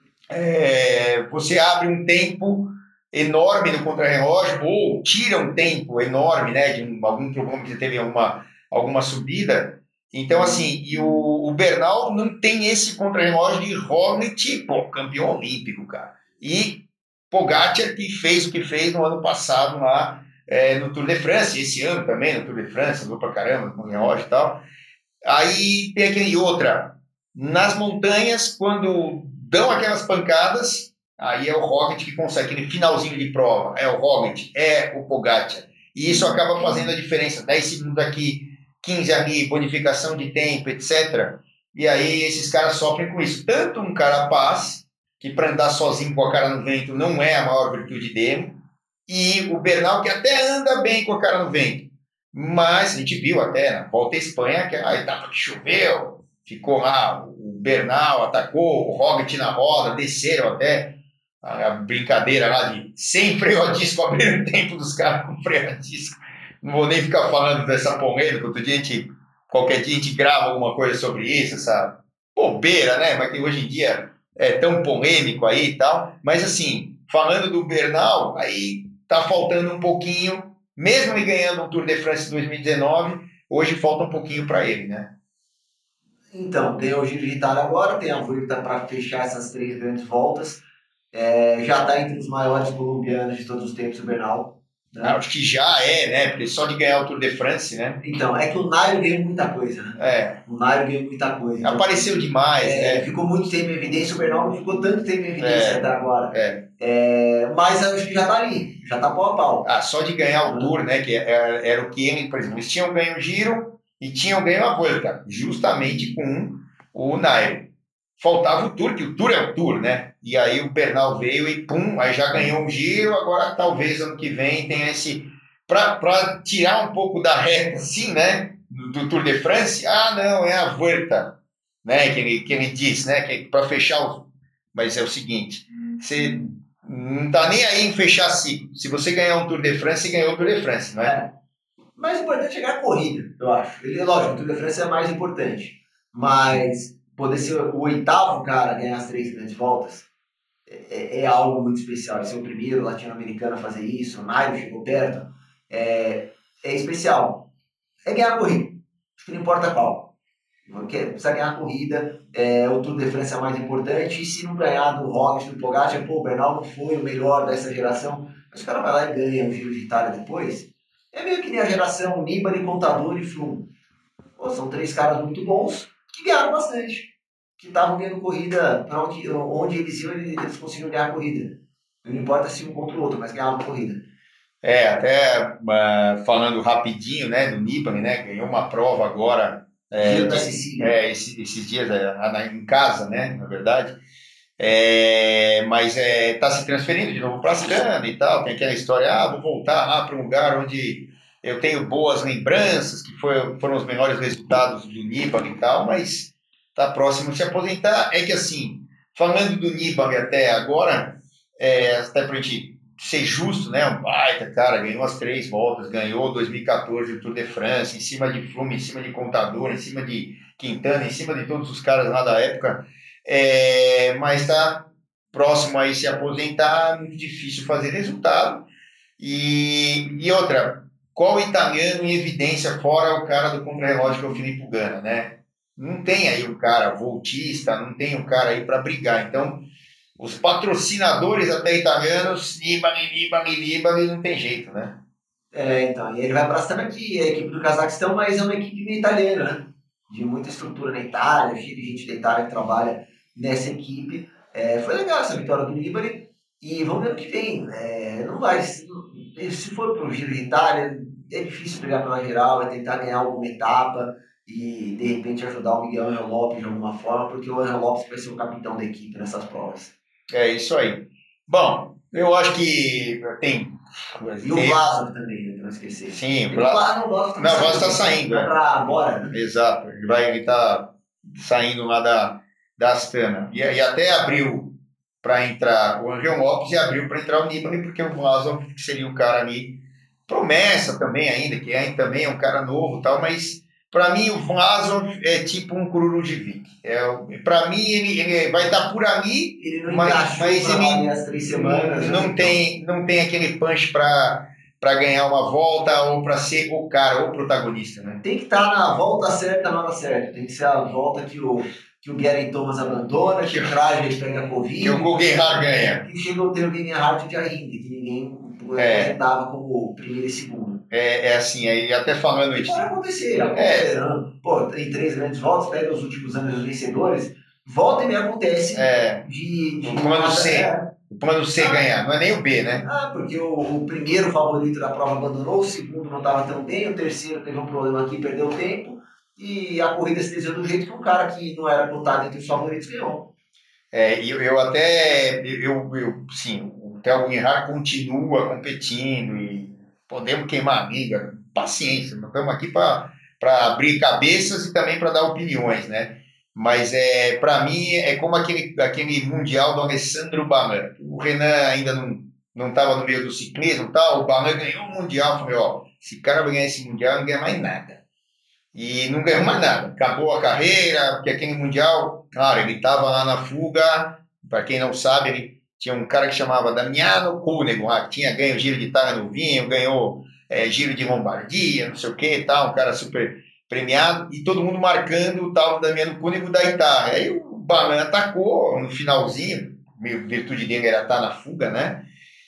Speaker 1: é, você abre um tempo enorme no contrarrelógio ou tira um tempo enorme, né, de um, algum problema que você teve alguma, alguma subida. Então, assim, e o, o Bernal não tem esse contrarrelógio de Roglic, pô, campeão olímpico, cara. E Pogacar, que fez o que fez no ano passado lá é, no Tour de France, esse ano também no Tour de France, andou pra caramba com o relógio e tal. Aí tem aquele outra, nas montanhas, quando dão aquelas pancadas, aí é o Roglic que consegue, aquele finalzinho de prova, é o Roglic, é o Pogacar. E isso acaba fazendo a diferença, dez segundos aqui, quinze ali, bonificação de tempo, etcétera. E aí esses caras sofrem com isso. Tanto um Carapaz, que para andar sozinho com a cara no vento não é a maior virtude dele, e o Bernal, que até anda bem com a cara no vento. Mas a gente viu até na Volta à Espanha, que a etapa que choveu, ficou lá, o Bernal atacou, o Roglic na roda, desceram até a brincadeira lá de sem freio a disco, abrir o tempo dos caras com freio a disco. Não vou nem ficar falando dessa polêmica, outro dia a gente, qualquer dia a gente grava alguma coisa sobre isso, essa bobeira, né? Mas que hoje em dia é tão polêmico aí e tal. Mas assim, falando do Bernal, aí tá faltando um pouquinho, mesmo ele ganhando o Tour de France dois mil e dezenove, hoje falta um pouquinho para ele, né?
Speaker 2: Então, tem o Giro de Itália agora, tem a Vuelta para fechar essas três grandes voltas. É, já está entre os maiores colombianos de todos os tempos, o Bernal.
Speaker 1: Né? Acho que já é, né? Porque só de ganhar o Tour de France, né?
Speaker 2: Então, é que o Nairo ganhou muita coisa, né?
Speaker 1: É.
Speaker 2: O Nairo ganhou muita coisa. Então,
Speaker 1: apareceu demais,
Speaker 2: é,
Speaker 1: né?
Speaker 2: Ficou muito tempo em evidência, o Bernal não ficou tanto tempo em evidência
Speaker 1: é,
Speaker 2: até agora.
Speaker 1: É.
Speaker 2: É, mas acho que já está ali, já está pau a pau.
Speaker 1: Ah, só de ganhar o Tour, né? Que era, era o que ele, por exemplo, eles tinham ganho o Giro e tinham ganho a Volta, justamente com o Nairo. Faltava o Tour, que o Tour é o Tour, né? E aí o Bernal veio e pum, aí já ganhou um Giro, agora talvez ano que vem tenha esse... Para tirar um pouco da reta, assim, né? Do, do Tour de France, ah, não, é a Volta, né? Que ele, que ele diz, né? Que para fechar o... Mas é o seguinte, você não tá nem aí em fechar ciclo. Se você ganhar um Tour de France, você ganhou o Tour de France, não é?
Speaker 2: é. Mas o importante é ganhar a corrida, eu acho. Ele, lógico, o Tour de France é mais importante, mas... poder ser o oitavo cara a ganhar as três grandes voltas é, é algo muito especial. Ser o primeiro latino-americano a fazer isso, o Nairo chegou perto, é, é especial. É ganhar a corrida, acho que não importa qual. Porque precisa ganhar a corrida, é, o Tour de France é mais importante, e se não ganhar do Roglic, do Pogacar, pô, o Bernal não foi o melhor dessa geração, mas o cara vai lá e ganha o Giro de Itália depois. É meio que nem a geração Nibali, Contador e Froome. Pô, são três caras muito bons, que ganharam bastante, que estavam ganhando corrida para onde, onde eles iam, eles conseguiam ganhar a corrida. Não importa se um contra o outro, mas ganhavam a corrida.
Speaker 1: É, até uh, falando rapidinho, né, do Nibali, né, ganhou uma prova agora, é,
Speaker 2: da Sicília.
Speaker 1: É, esses, esses dias é, em casa, né, na verdade, é, mas está é, se transferindo de novo para Astana e tal, tem aquela história, ah, vou voltar lá para um lugar onde eu tenho boas lembranças, que foi, foram os melhores resultados do Nibali e tal, mas está próximo de se aposentar. É que assim, falando do Nibali até agora, é, até para a gente ser justo, né, um baita, cara, ganhou as três voltas, ganhou dois mil e catorze o Tour de France, em cima de Froome, em cima de Contador, em cima de Quintana, em cima de todos os caras lá da época, é, mas está próximo a se aposentar, muito difícil fazer resultado. E, e outra, qual italiano em evidência fora o cara do contrarrelógio que é o Filippo Ganna, né? Não tem aí o cara voltista, não tem o cara aí para brigar. Então, os patrocinadores até italianos, Nibali, Nibali, Nibali, não tem jeito, né?
Speaker 2: É, então, e ele vai para Astana, que é a equipe do Cazaquistão, mas é uma equipe italiana, né? De muita estrutura na Itália, cheio de gente da Itália que trabalha nessa equipe. É, foi legal essa vitória do Nibali, e vamos ver o que vem. É, não vai, se, se for para o Giro de Itália, é difícil brigar pela geral, é tentar ganhar alguma etapa e de repente ajudar o Miguel Angel Lopes de alguma forma, porque o Angel Lopes vai ser o capitão da equipe nessas provas.
Speaker 1: É isso aí. Bom, eu acho que tem...
Speaker 2: E o Vlasov também, não esquecer.
Speaker 1: Sim,
Speaker 2: o Vlasov
Speaker 1: tá não, está saindo.
Speaker 2: Vai
Speaker 1: é.
Speaker 2: para agora, né?
Speaker 1: Exato, ele vai ele tá saindo lá da, da Astana. E, e até abriu para entrar o Angel Lopes e abriu para entrar o Nibali, porque o Vlasov seria o cara ali, promessa também ainda, que é, também é um cara novo e tal, mas para mim o Vlasov é tipo um Kururujevic. É, para mim ele, ele vai estar por ali,
Speaker 2: ele não
Speaker 1: mas, mas ele
Speaker 2: as três semanas,
Speaker 1: não,
Speaker 2: né?
Speaker 1: tem, não tem aquele punch para para ganhar uma volta ou para ser o cara, o protagonista, né?
Speaker 2: Tem que estar na volta certa, na hora certa. Tem que ser a volta que o, que o Geraint Thomas abandona, que o Krajicek pega a Covid.
Speaker 1: Que o Guggenhardt ganha.
Speaker 2: Que chegou a ter o Guggenhardt de ainda, que ninguém
Speaker 1: é.
Speaker 2: apresentava como primeiro e segundo.
Speaker 1: É, é assim, aí até falando isso.
Speaker 2: Pode acontecer, acontece. É. Pô, tem três grandes voltas, pega os últimos anos dos vencedores, volta e me acontece
Speaker 1: é.
Speaker 2: de, de...
Speaker 1: O plano C. É. O plano C ah, ganhar, não é nem o B, né?
Speaker 2: Ah, porque o, o primeiro favorito da prova abandonou, o segundo não estava tão bem, o terceiro teve um problema aqui, perdeu tempo, e a corrida se desenhou do jeito que um cara que não era cotado entre os favoritos ganhou.
Speaker 1: É, eu, eu até, eu, eu, sim, o Theo Guggenhardt continua competindo e podemos queimar a liga, paciência, nós estamos aqui para abrir cabeças e também para dar opiniões, né? Mas é, para mim é como aquele, aquele mundial do Alessandro Ballan. O Renan ainda não não estava no meio do ciclismo e tal, o Ballan ganhou o mundial. Eu falei, ó, esse cara vai ganhar esse mundial não ganha mais nada. E não ganhou mais nada. Acabou a carreira, porque aquele mundial, claro, ele estava lá na fuga. Para quem não sabe, ele tinha um cara que chamava Damiano Cunego, que tinha ganho o Giro de Itália no vinho, ganhou é, Giro de Lombardia, não sei o que e tal, um cara super premiado, e todo mundo marcando o tal Damiano Cunego da Itália. Aí o Ballan atacou no finalzinho, a virtude dele era estar na fuga, né?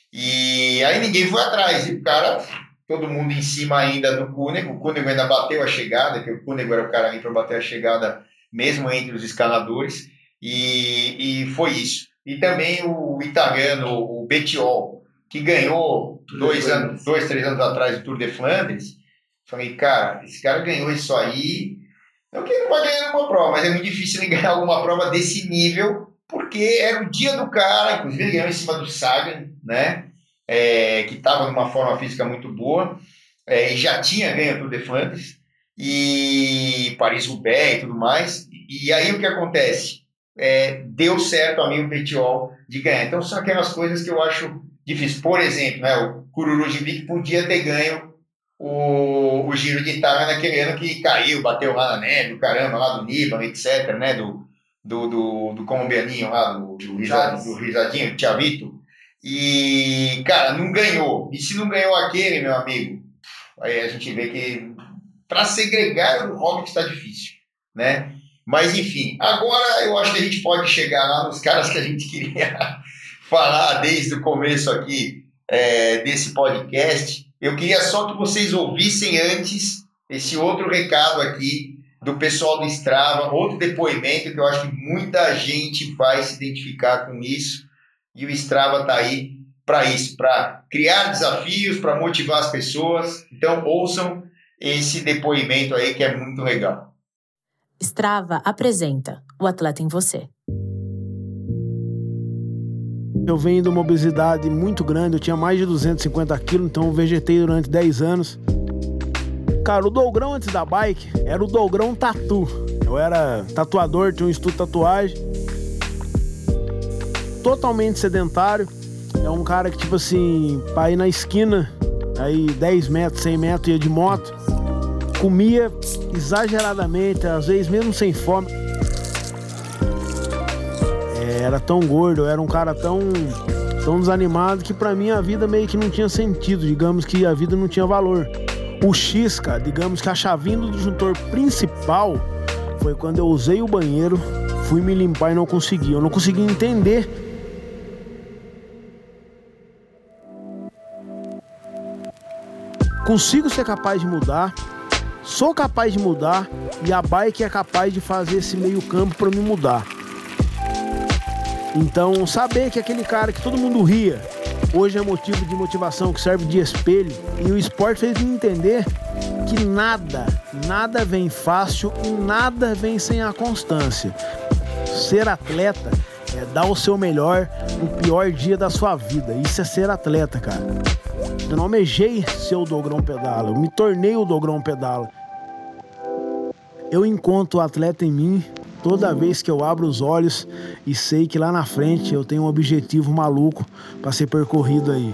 Speaker 1: E aí ninguém foi atrás, e o cara, todo mundo em cima ainda do Cunego, o Cunego ainda bateu a chegada, que o Cunego era o cara ali para bater a chegada, mesmo entre os escaladores, e, e foi isso. E também o italiano, o Bettiol, que ganhou dois, anos, dois, três anos atrás o Tour de Flandres. Falei, cara, esse cara ganhou isso aí. Não que ele não vai ganhar nenhuma prova, mas é muito difícil ele ganhar alguma prova desse nível, porque era o dia do cara, inclusive ele ganhou em cima do Sagan, né? É, que estava numa forma física muito boa, é, e já tinha ganho o Tour de Flandres, e Paris-Roubaix e tudo mais. E aí o que acontece? É, deu certo a mim o Bettiol de ganhar. Então são aquelas coisas que eu acho difíceis. Por exemplo, né, o Kururujevic podia ter ganho o, o Giro de Itália naquele ano que caiu, bateu lá na neve, o caramba, lá do Nibali, etcétera, né, do, do, do, do colombianinho lá, do, do, risad, do risadinho, Chavito. E, cara, não ganhou. E se não ganhou aquele, meu amigo, aí a gente vê que para segregar o Roglic está difícil, né? Mas, enfim, agora eu acho que a gente pode chegar lá nos caras que a gente queria falar desde o começo aqui é, desse podcast. Eu queria só que vocês ouvissem antes esse outro recado aqui do pessoal do Strava, outro depoimento que eu acho que muita gente vai se identificar com isso. E o Strava está aí para isso, para criar desafios, para motivar as pessoas. Então, ouçam esse depoimento aí que é muito legal.
Speaker 3: Strava apresenta O Atleta em Você.
Speaker 5: Eu venho de uma obesidade muito grande, eu tinha mais de duzentos e cinquenta quilos, então eu vegetei durante dez anos. Cara, o Dogrão antes da bike era o Dogrão Tatu. Eu era tatuador, tinha um estúdio de tatuagem. Totalmente sedentário. É um cara que, tipo assim, pra ir na esquina, aí dez metros, cem metros, ia de moto. Comia exageradamente, às vezes mesmo sem fome. É, era tão gordo, eu era um cara tão, tão desanimado que pra mim a vida meio que não tinha sentido, digamos que a vida não tinha valor. O X, cara, digamos que a chavinha do disjuntor principal foi quando eu usei o banheiro, fui me limpar e não consegui. Eu não consegui entender. Consigo ser capaz de mudar, sou capaz de mudar e a bike é capaz de fazer esse meio campo para me mudar. Então, saber que aquele cara que todo mundo ria, hoje é motivo de motivação, que serve de espelho. E o esporte fez me entender que nada, nada vem fácil e nada vem sem a constância. Ser atleta é dar o seu melhor no pior dia da sua vida. Isso é ser atleta, cara. Eu não almejei ser o Dogrão Pedala, eu me tornei o Dogrão Pedala. Eu encontro o atleta em mim toda vez que eu abro os olhos e sei que lá na frente eu tenho um objetivo maluco para ser percorrido aí.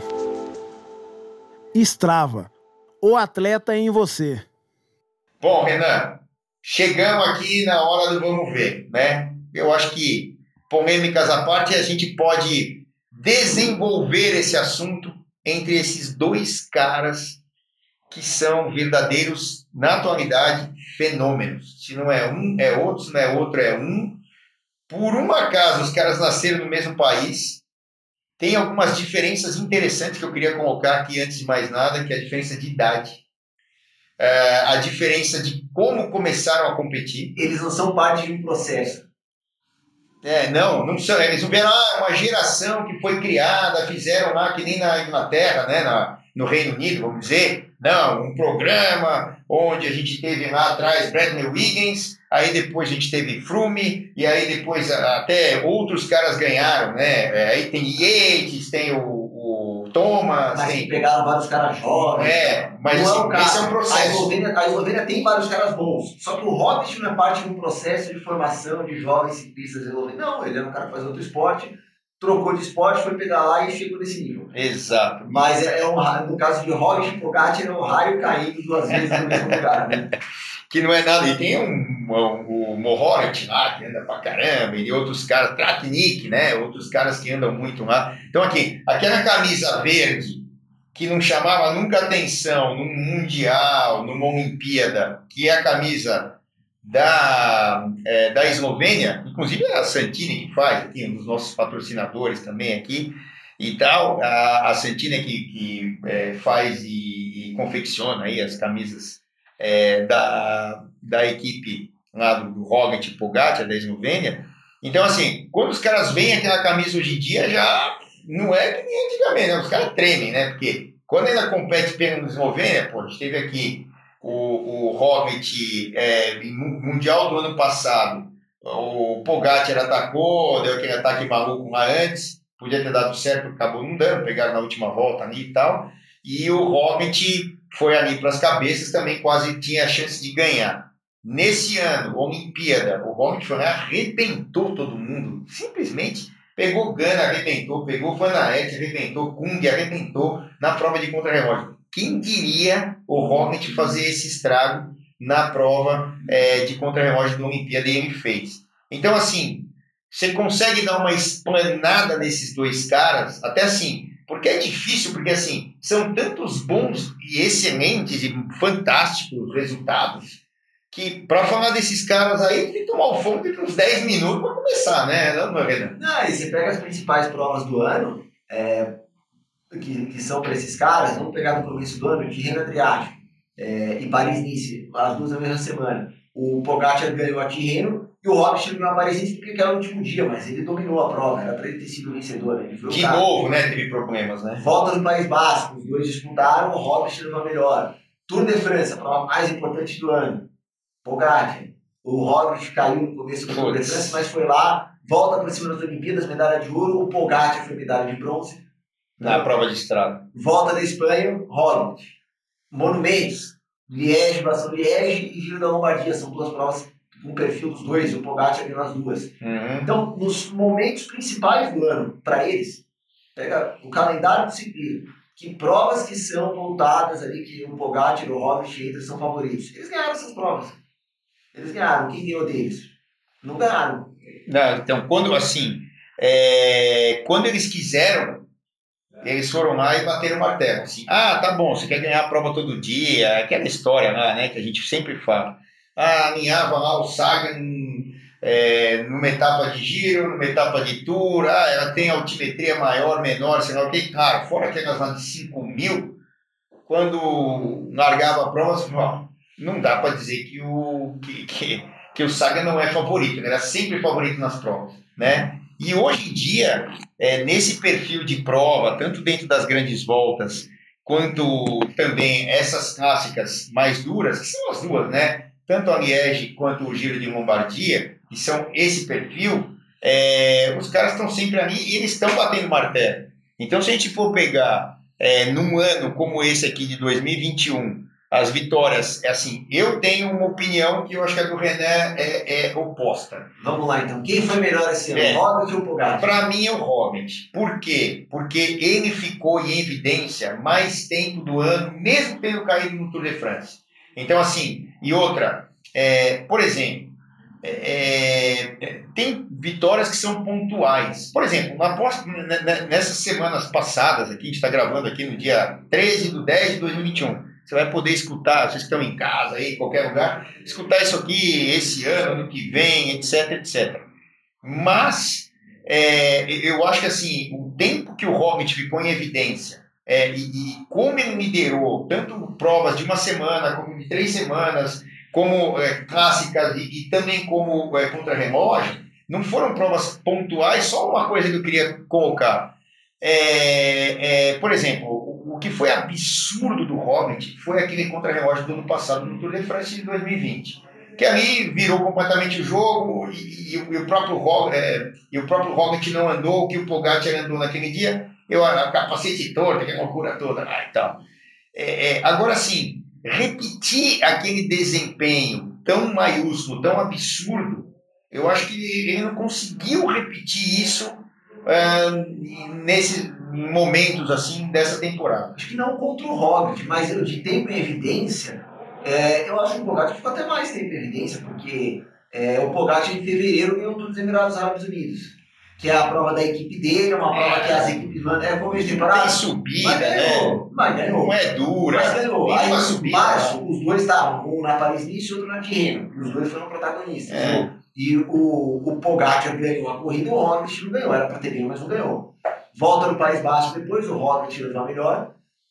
Speaker 5: Strava, o atleta é em você.
Speaker 1: Bom, Renan, chegamos aqui na hora do vamos ver, né? Eu acho que, polêmicas à parte, a gente pode desenvolver esse assunto entre esses dois caras que são verdadeiros, na atualidade, fenômenos. Se não é um, é outro, se não é outro, é um. Por um acaso, os caras nasceram no mesmo país. Tem algumas diferenças interessantes que eu queria colocar aqui antes de mais nada, que é a diferença de idade. É, a diferença de como começaram a competir.
Speaker 2: Eles não são parte de um processo.
Speaker 1: É, não, não são. Eles não vieram ah, uma geração que foi criada, fizeram lá que nem na Inglaterra, né, na, no Reino Unido, vamos dizer. Não, um programa onde a gente teve lá atrás Bradley Wiggins, aí depois a gente teve Froome, e aí depois até outros caras ganharam, né? Aí tem Yates, tem o, o Thomas.
Speaker 2: Mas
Speaker 1: tem...
Speaker 2: pegaram vários caras jovens.
Speaker 1: É, mas
Speaker 2: não
Speaker 1: assim,
Speaker 2: é um caso.
Speaker 1: esse é um processo.
Speaker 2: A Eslovênia, a Eslovênia tem vários caras bons, só que o Roglic não é parte de um processo de formação de jovens ciclistas eslovenos. Não, ele era um cara que faz outro esporte, trocou de esporte, foi pedalar e chegou nesse nível.
Speaker 1: Exato.
Speaker 2: Mas é, é um, no caso de Roglic e Pogacar, é um raio caindo duas vezes no mesmo lugar, né?
Speaker 1: Que não é nada. E tem um, um, o Mohoric lá, que anda pra caramba, e outros caras, Tratnik, né? Outros caras que andam muito lá. Então, aqui, aquela camisa verde que não chamava nunca atenção num Mundial, numa Olimpíada, que é a camisa da, é, da Eslovênia, inclusive é a Santini que faz, aqui, um dos nossos patrocinadores também aqui, e tal, a, a Santini que, que é, faz e, e confecciona aí as camisas é, da, da equipe lá do, do Roglic e Pogacar, da Eslovênia. Então, assim, quando os caras veem aquela camisa hoje em dia, já não é que nem antigamente, né? Os caras tremem, né? Porque quando ainda compete pela Eslovênia, pô, a gente teve aqui o, o Roglic é, no Mundial do ano passado, o Pogacar atacou, deu aquele ataque maluco lá antes, podia ter dado certo, acabou não dando, pegaram na última volta ali e tal, e o Roglic foi ali para as cabeças, também quase tinha a chance de ganhar. Nesse ano, Olimpíada, o Roglic foi lá, arrebentou todo mundo, simplesmente pegou Gana, arrebentou, pegou Van Aert, arrebentou, Kung, arrebentou na prova de contrarrelógio. Quem diria o Roglic fazer esse estrago na prova é, de contrarrelógio da Olimpíada, e ele fez. Então, assim, você consegue dar uma explanada nesses dois caras, até assim, porque é difícil, porque assim, são tantos bons e excelentes e fantásticos resultados, que para falar desses caras aí, tem que tomar o fome de uns dez minutos para começar, né, não, Renan?
Speaker 2: Não, e você pega as principais provas do ano, é, que, que são para esses caras, vamos pegar no começo do ano, Tirreno Adriático é, e Paris-Nice, as duas na mesma semana. O Pogacar ganhou a Tirreno e o Roglic ganhou a Paris-Nice porque era o último dia, mas ele dominou a prova, era para ele ter sido vencedor. Ele foi
Speaker 1: de
Speaker 2: cara.
Speaker 1: novo, né, teve problemas, né?
Speaker 2: Volta do País Basco, os dois disputaram, o Roglic levou a melhor. Tour de França, a prova mais importante do ano. Pogacar, o Roglic caiu no começo do Tour de France, mas foi lá, volta para cima das Olimpíadas, medalha de ouro, o Pogacar foi medalha de bronze.
Speaker 1: Na então, prova de estrada.
Speaker 2: Volta da Espanha, Roglic. Monumentos, Liège, Bastogne-Liège e Giro da Lombardia, são duas provas com perfil dos dois, o Pogacar ganhou as duas. Uhum. Então, nos momentos principais do ano, para eles, pega o calendário do ciclismo, que provas que são voltadas ali, que o Pogacar e o Roglic ainda são favoritos. Eles ganharam essas provas. Eles ganharam. Quem ganhou deles? Não ganharam.
Speaker 1: Não, então, quando assim, é, quando eles quiseram, eles foram lá e bateram o martelo. Assim, ah, tá bom, você quer ganhar a prova todo dia, aquela história lá, né, que a gente sempre fala. Ah, alinhava lá o Sagan é, numa etapa de giro, numa etapa de tour, ah, ela tem altimetria maior, menor, sei lá o que. Cara, fora aquelas lá de cinco mil, quando largava a prova, assim, ó, não dá para dizer que o, que, que, que o Sagan não é favorito, ele era sempre favorito nas provas, né? E hoje em dia, é, nesse perfil de prova, tanto dentro das grandes voltas, quanto também essas clássicas mais duras, que são as duas, né? Tanto a Liège quanto o Giro de Lombardia, que são esse perfil, é, os caras estão sempre ali e eles estão batendo martelo. Então, se a gente for pegar é, num ano como esse aqui de dois mil e vinte e um, as vitórias, é assim, eu tenho uma opinião que eu acho que a do Renan é, é oposta.
Speaker 2: Vamos lá, então. Quem foi melhor esse ano,
Speaker 1: É,
Speaker 2: o Roglic ou o Pogacar?
Speaker 1: Para mim é o Roglic. Por quê? Porque ele ficou em evidência mais tempo do ano, mesmo tendo caído no Tour de France. Então, assim, e outra, é, por exemplo, é, é, tem vitórias que são pontuais. Por exemplo, na, nessas semanas passadas, aqui, a gente está gravando aqui no dia treze de dez de dois mil e vinte e um, você vai poder escutar, vocês que estão em casa, aí, em qualquer lugar, escutar isso aqui esse ano, ano que vem, etc, etcétera. Mas é, eu acho que assim, o tempo que o Roglic ficou em evidência é, e, e como ele liderou tanto provas de uma semana, como de três semanas, como é, clássicas e, e também como é, contra-relógio, não foram provas pontuais. Só uma coisa que eu queria colocar. É, é, por exemplo, o, o que foi absurdo do Roglic foi aquele contra-relógio do ano passado no Tour de France de dois mil e vinte. Que ali virou completamente o jogo e, e, e, o, próprio Roglic, é, e o próprio Roglic não andou, o que o Pogacar andou naquele dia, eu, a capacete torta, aquela loucura toda lá e tal. É, é, agora sim, repetir aquele desempenho tão maiúsculo, tão absurdo, eu acho que ele não conseguiu repetir isso uh, nesses momentos assim dessa temporada.
Speaker 2: Acho que não contra o Roglic, mas eu, de tempo em evidência, é, eu acho que o Pogacar ficou até mais tempo em evidência, porque é, o Pogacar em fevereiro ganhou dos Emirados Árabes Unidos, que é a prova da equipe dele, uma prova é, que as equipes vão é como eles temporada.
Speaker 1: Tem subida,
Speaker 2: mas ganhou,
Speaker 1: né?
Speaker 2: Mas ganhou.
Speaker 1: Não é dura.
Speaker 2: Mas ganhou. Aí
Speaker 1: uma
Speaker 2: em março, os dois estavam, um na Paris-Nice e outro na Tirreno, e os dois foram protagonistas.
Speaker 1: É.
Speaker 2: E o, o Pogacar ganhou a corrida, o Roglic não ganhou, era para ter ganho, mas não ganhou. Volta no País Basco depois, o Roglic levou a melhor.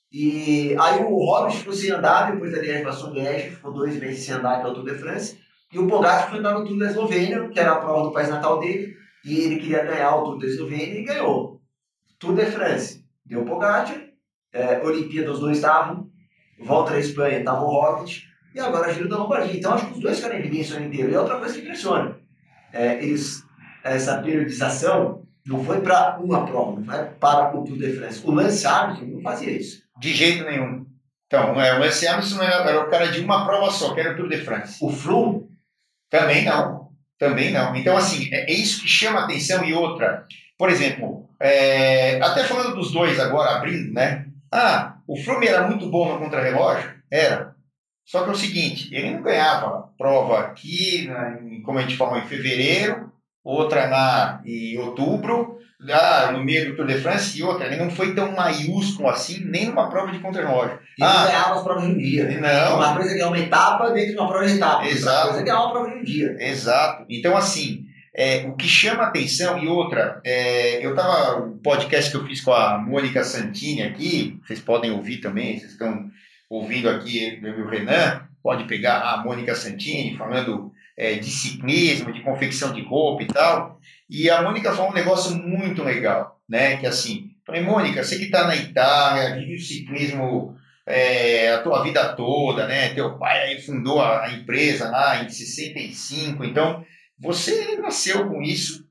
Speaker 2: E aí o Roglic ficou sem andar, depois da Liège-Bastogne-Liège, ficou dois meses sem andar pelo Tour de France. E o Pogacar foi andar no Tour da Eslovênia, que era a prova do país natal dele, e ele queria ganhar o Tour da Eslovênia e ganhou. Tour de France, deu o Pogacar, é, Olimpíada os dois estavam, volta da Espanha, estava o Roglic, e agora a Giro da Lombardia. Então acho que os dois ficaram em evidência o ano inteiro. E outra coisa que impressiona, é, eles, essa periodização não foi para uma prova, não foi para o Tour de France. O Lance Armstrong não fazia isso.
Speaker 1: De jeito nenhum. Então, é, o Lance Armstrong era, era o cara de uma prova só, que era o Tour de France.
Speaker 2: O Froome?
Speaker 1: Também não. Também não. Então, assim, é, é isso que chama atenção. E outra, por exemplo, é, até falando dos dois agora, abrindo, né? Ah, o Froome era muito bom no contrarrelógio? Era. Só que é o seguinte, ele não ganhava prova aqui, na, como a gente falou, em fevereiro, outra na, em outubro, ah, no meio do Tour de France, e outra, ele não foi tão maiúsculo assim, nem numa prova de contrarrelógio.
Speaker 2: Ele ah, não ganhava as provas de um dia.
Speaker 1: Não.
Speaker 2: Uma coisa é ganhar uma etapa dentro de uma prova de etapa.
Speaker 1: Exato.
Speaker 2: Uma coisa é ganhar uma prova de um dia.
Speaker 1: Exato. Então, assim, é, o que chama atenção, e outra, é, eu estava, um podcast que eu fiz com a Mônica Santini aqui, vocês podem ouvir também, vocês estão ouvindo aqui o Renan, pode pegar a Mônica Santini falando é, de ciclismo, de confecção de roupa e tal, e a Mônica falou um negócio muito legal, né, que assim, falei, Mônica, você que está na Itália, vive o ciclismo é, a tua vida toda, né, teu pai aí fundou a, a empresa lá em sessenta e cinco, então você nasceu com isso,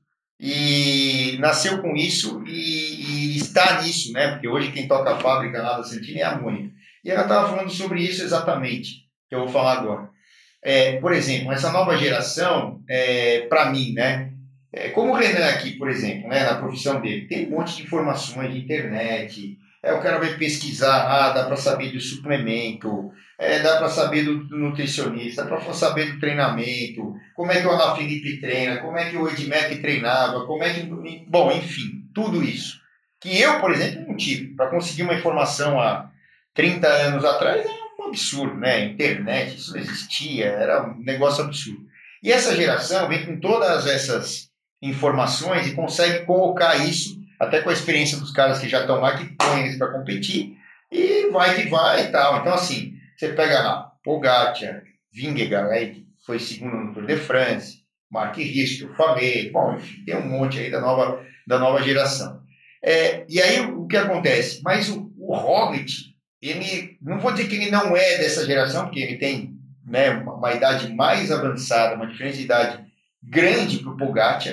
Speaker 1: e nasceu com isso e, e está nisso, né, porque hoje quem toca a fábrica lá da Santini é a Mônica. E ela estava falando sobre isso exatamente, que eu vou falar agora. É, por exemplo, essa nova geração, é, para mim, né? É, como o Renan aqui, por exemplo, né, na profissão dele, tem um monte de informações de internet, é, o cara vai pesquisar, ah, dá para saber do suplemento, é, dá para saber do, do nutricionista, dá para saber do treinamento, como é que o Alain Felipe treina, como é que o Ed Mack treinava, como é que... Bom, enfim, tudo isso. Que eu, por exemplo, não tive. Para conseguir uma informação há trinta anos atrás era um absurdo, né? Internet, isso não existia, era um negócio absurdo. E essa geração vem com todas essas informações e consegue colocar isso, até com a experiência dos caras que já estão lá, que põem eles para competir, e vai que vai e tal. Então, assim, você pega lá, Pogacar, Vingegaard, aí, que foi segundo no Tour de France, Mark Hirschi, que eu falei, bom, enfim, tem um monte aí da nova, da nova geração. É, e aí, o que acontece? Mas o, o Roglic, ele, não vou dizer que ele não é dessa geração, porque ele tem, né, uma, uma idade mais avançada, uma diferença de idade grande para o Pogacar,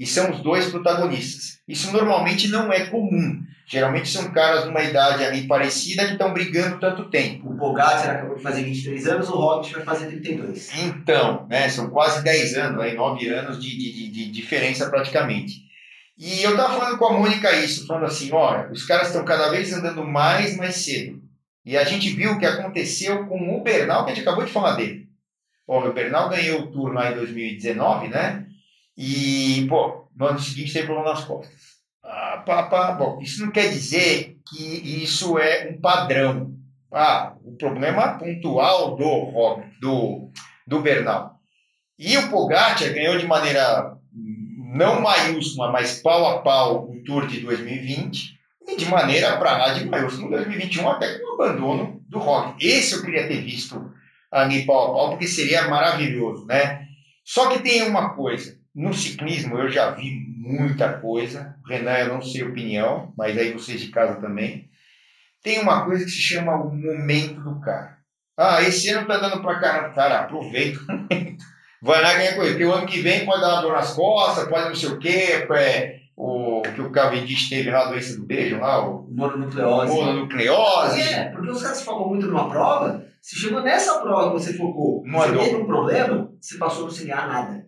Speaker 1: e são os dois protagonistas. Isso normalmente não é comum. Geralmente são caras de uma idade ali parecida que estão brigando tanto tempo.
Speaker 2: O Pogacar acabou de fazer vinte e três anos, o Roglic vai fazer trinta e dois.
Speaker 1: Então, né, são quase dez anos, aí, nove anos de, de, de diferença praticamente. E eu estava falando com a Mônica isso, falando assim, olha, os caras estão cada vez andando mais, mais cedo. E a gente viu o que aconteceu com o Bernal, que a gente acabou de falar dele. Ó, o Bernal ganhou o Tour lá em dois mil e dezenove, né? E, pô, no ano seguinte teve problema nas costas. Ah, pá, pá. Bom, isso não quer dizer que isso é um padrão. Ah, o problema pontual do, do, do Bernal. E o Pogacar ganhou de maneira não maiúscula, mas pau a pau o Tour de dois mil e vinte e de maneira para lá de maiúscula em dois mil e vinte e um, até com o abandono do Roglic. Esse eu queria ter visto ali pau a pau, porque seria maravilhoso, né? Só que tem uma coisa, no ciclismo eu já vi muita coisa, Renan, eu não sei a opinião, mas aí vocês de casa também, tem uma coisa que se chama o momento do cara. Ah, esse ano tá dando pra caramba, cara, aproveita o momento, vai lá ganhar coisa, porque o ano que vem pode dar uma dor nas costas, pode não sei o quê, é, o que o Cavendish teve lá, a doença do beijo lá, o
Speaker 2: mononucleose.
Speaker 1: mononucleose.
Speaker 2: É, porque os caras focam muito numa prova, se chegou nessa prova que você focou,
Speaker 1: Não
Speaker 2: você
Speaker 1: é
Speaker 2: teve um problema, você passou sem ganhar nada.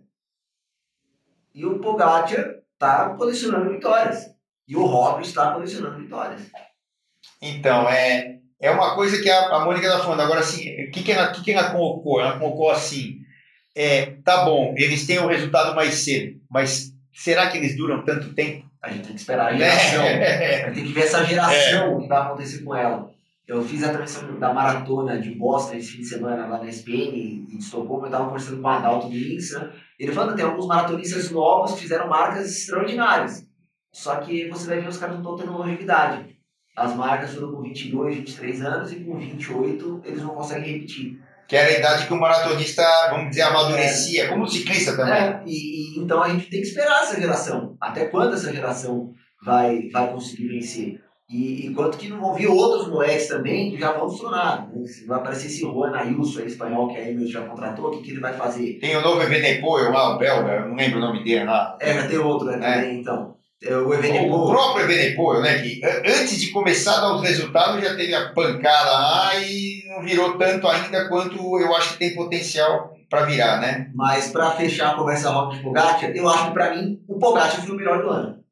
Speaker 2: E o Pogacar está colecionando vitórias. E o Roglic está colecionando vitórias.
Speaker 1: Então, é, é uma coisa que a, a Mônica está falando. Agora, assim, o que, que, ela, que, que ela colocou? Ela colocou assim, é, tá bom, eles têm o resultado mais cedo, mas será que eles duram tanto tempo?
Speaker 2: A gente tem que esperar a geração. É. A gente tem que ver essa geração é. que vai acontecer com ela. Eu fiz a transmissão da maratona de Boston esse fim de semana lá na S P N e de Estocolmo. Eu estava conversando com o Adalto do Links, né? Ele falando que tem alguns maratonistas novos que fizeram marcas extraordinárias. Só que você vai ver os caras não estão tendo longevidade. As marcas foram com vinte e dois, vinte e três anos e com vinte e oito eles não conseguem repetir.
Speaker 1: Que era a idade que o maratonista, vamos dizer, amadurecia, é. como o ciclista também.
Speaker 2: É, e, e, então a gente tem que esperar essa geração. Até quando essa geração vai, vai conseguir vencer? E, e quanto que não vão vir outros moleques também que já vão destronar. Né? Vai aparecer esse Juan Ayuso aí, espanhol, que a Emirates já contratou, o que, que ele vai fazer?
Speaker 1: Tem o novo Evenepoel lá, o belga, eu não lembro o nome dele lá.
Speaker 2: É, já tem outro né, também, é. então. O,
Speaker 1: Evenepoel. O próprio Evenepoel, né, que antes de começar a dar os resultados já teve a pancada lá e não virou tanto ainda quanto eu acho que tem potencial para virar, né?
Speaker 2: Mas para fechar a conversa Roglic de Pogacar, eu acho que para mim o Pogacar foi o melhor do ano.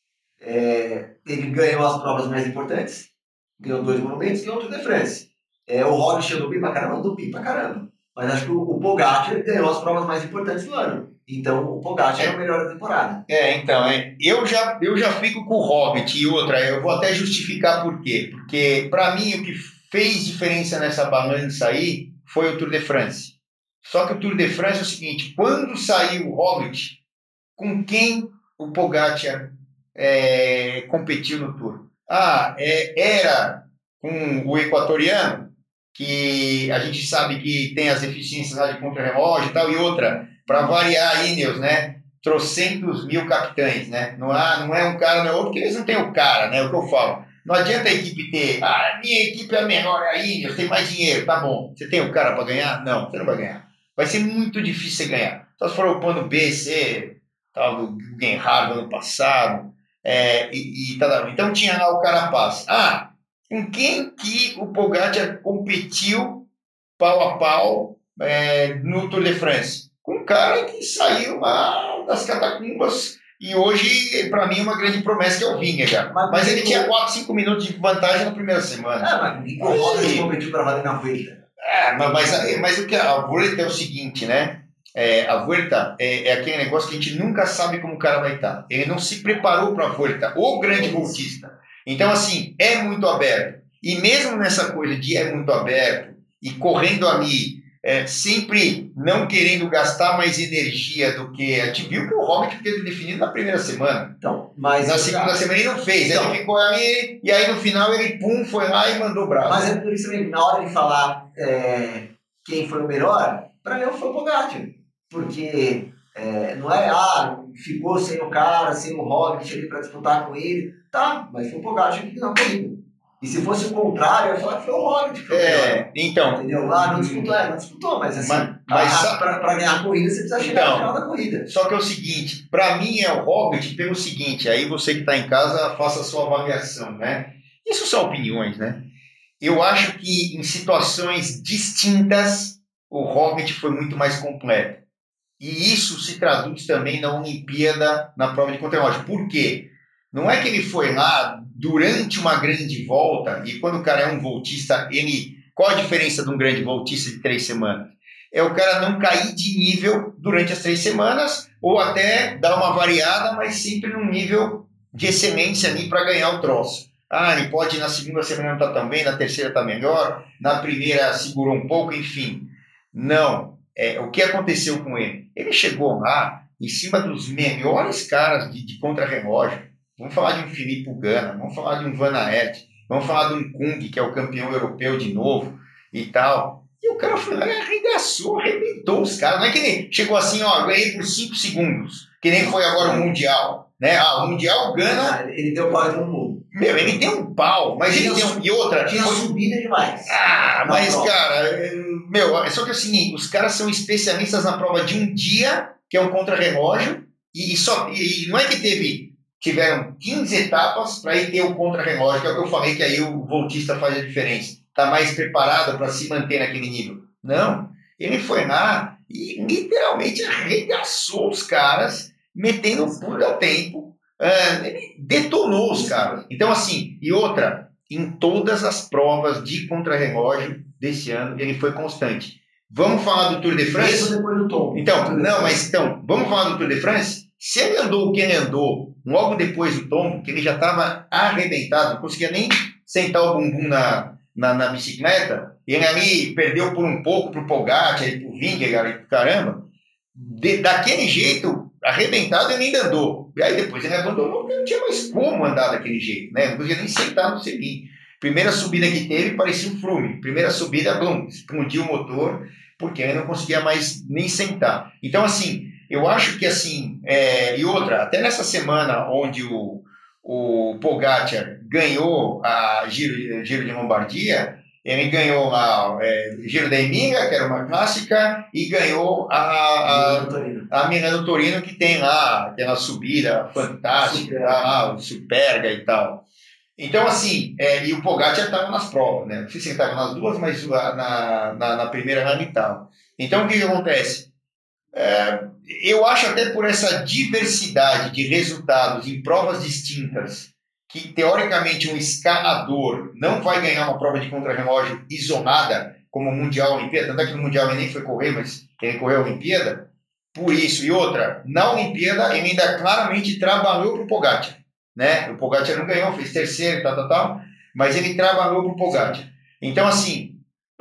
Speaker 2: É, ele ganhou as provas mais importantes, ganhou dois monumentos e ganhou o Tour de France. É, o Roglic chegou bem pra caramba, andou bem pra caramba. Mas acho que o, o Pogacar ganhou as provas mais importantes do ano. Então o Pogacar é, é o melhor da temporada.
Speaker 1: É, então, é, eu, já, eu já fico com o Hobbit e outra, eu vou até justificar por quê. Porque pra mim o que fez diferença nessa balança aí foi o Tour de France. Só que o Tour de France é o seguinte, quando saiu o Roglic, com quem o Pogacar É, competiu no Tour. Ah, é, era com o equatoriano, que a gente sabe que tem as deficiências lá de contra-relógio e tal, e outra, para variar a Ineos, né? Trocentos mil capitães, né? Não, há, não é um cara, não é outro, porque eles não têm o cara, né? É o que eu falo. Não adianta a equipe ter, ah, minha equipe é menor, a Ineos tem mais dinheiro, tá bom. Você tem o cara para ganhar? Não, você não vai ganhar. Vai ser muito difícil você ganhar. Só se for o plano B, C, tal, do Genhard do ano passado. É, e, e tá, então tinha lá o Carapaz. Ah, com quem que o Pogacar competiu pau a pau é, no Tour de France? Com um cara que saiu lá das catacumbas e hoje, para mim, uma grande promessa que é o Vingegaard. Mas, mas ele tinha quatro, cinco minutos de vantagem na primeira semana.
Speaker 2: Ah, mas o Roglic competiu para valer na Vuelta.
Speaker 1: É, mas, mas, mas o que a Vuelta é o seguinte, né? É, a Vuelta é, é aquele negócio que a gente nunca sabe como o cara vai estar. Ele não se preparou para a Vuelta, o grande voltista. Então, assim, é muito aberto. E mesmo nessa coisa de é muito aberto e correndo ali, é, sempre não querendo gastar mais energia do que... A gente viu que o Roglic teve definido na primeira semana.
Speaker 2: Então, mas
Speaker 1: na segunda já... semana ele não fez. Então, ele ficou ali e aí no final ele, pum, foi lá e mandou o braço.
Speaker 2: Mas é por isso mesmo, na hora de falar é, quem foi o melhor, para mim foi o Pogacar. Porque é, não é, ah, ficou sem o cara, sem o Roglic ali para disputar com ele. Tá, mas foi o Pogacar que não corrida. E se fosse o contrário, eu ia falar que foi o Roglic que foi o melhor.
Speaker 1: É, então...
Speaker 2: Entendeu? Ah, não disputou, é, não disputou, mas assim,
Speaker 1: Mas- mas-
Speaker 2: ah, pra, pra ganhar a corrida você precisa chegar
Speaker 1: Então,
Speaker 2: no final da corrida.
Speaker 1: Só que é o seguinte, para mim é o Roglic pelo seguinte, aí você que está em casa faça a sua avaliação, né? Isso são opiniões, né? Eu acho que em situações distintas o Roglic foi muito mais completo. E isso se traduz também na Olimpíada, na prova de contrarrelógio. Por quê? Não é que ele foi lá durante uma grande volta, e quando o cara é um voltista, ele... Qual a diferença de um grande voltista de três semanas? É o cara não cair de nível durante as três semanas, ou até dar uma variada, mas sempre num nível de excelência ali para ganhar o troço. Ah, ele pode na segunda semana não tá tão bem, na terceira tá melhor, na primeira segurou um pouco, enfim. Não. É, o que aconteceu com ele? Ele chegou lá em cima dos melhores caras de, de contra-relógio. Vamos falar de um Filipe Ugana, vamos falar de um Van Aert, vamos falar de um Kung, que é o campeão europeu de novo e tal. E o cara foi lá e arregaçou, arrebentou os caras. Não é que ele chegou assim, ó, ganhei por cinco segundos, que nem foi agora o Mundial. Né? Ah, o Mundial Ugana...
Speaker 2: Ah, ele deu pau em todo mundo.
Speaker 1: Meu, ele deu um pau, mas ele deu... E outra...
Speaker 2: Tinha
Speaker 1: foi...
Speaker 2: subida demais.
Speaker 1: Ah, mas,
Speaker 2: prova.
Speaker 1: cara... Meu, é só que assim, os caras são especialistas na prova de um dia, que é um contra-relógio, e, só, e não é que teve... Tiveram quinze etapas para ir ter o contra-relógio, que é o que eu falei, que aí o voltista faz a diferença. Está mais preparado para se manter naquele nível. Não, ele foi lá e literalmente arregaçou os caras, metendo um pulo tempo, uh, ele detonou os caras. Então, assim, e outra, em todas as provas de contra-relógio desse ano, ele foi constante. Vamos falar do Tour de France?
Speaker 2: Mesmo depois do tom.
Speaker 1: Então, não, mas então, vamos falar do Tour de France? Se ele andou o que ele andou, logo depois do tombo, que ele já estava arrebentado, não conseguia nem sentar o bumbum na, na, na bicicleta, ele ali perdeu por um pouco pro Pogacar e pro Vingegaard, caramba, de, daquele jeito, arrebentado, ele ainda andou. E aí depois ele abandonou, porque não tinha mais como andar daquele jeito, né? Não conseguia nem sentar no selim. Primeira subida que teve, parecia um Froome. Primeira subida, blum, explodiu o motor, porque ele não conseguia mais nem sentar. Então, assim, eu acho que assim, é, e outra, até nessa semana onde o, o Pogacar ganhou a Giro, Giro de Lombardia, ele ganhou lá é, Giro da Emília, que era uma clássica, e ganhou a, a, a Milano Torino, que tem lá aquela subida fantástica, lá, o Superga e tal. Então, assim, é, e o Pogacar estava nas provas, né? Não sei se ele estava nas duas, mas na, na, na primeira lá e tal. Então, o que, que acontece? É, eu acho até por essa diversidade de resultados em provas distintas, que teoricamente um escalador não vai ganhar uma prova de contrarrelógio isolada, como o Mundial Olimpíada, tanto é que no Mundial ele nem foi correr, mas ele correu a Olimpíada, por isso. E outra, na Olimpíada ele ainda claramente trabalhou para o Pogacar, né? O Pogacar não ganhou, fez terceiro e tal, tal, tal, mas ele trabalhou para o Pogacar. Então, assim,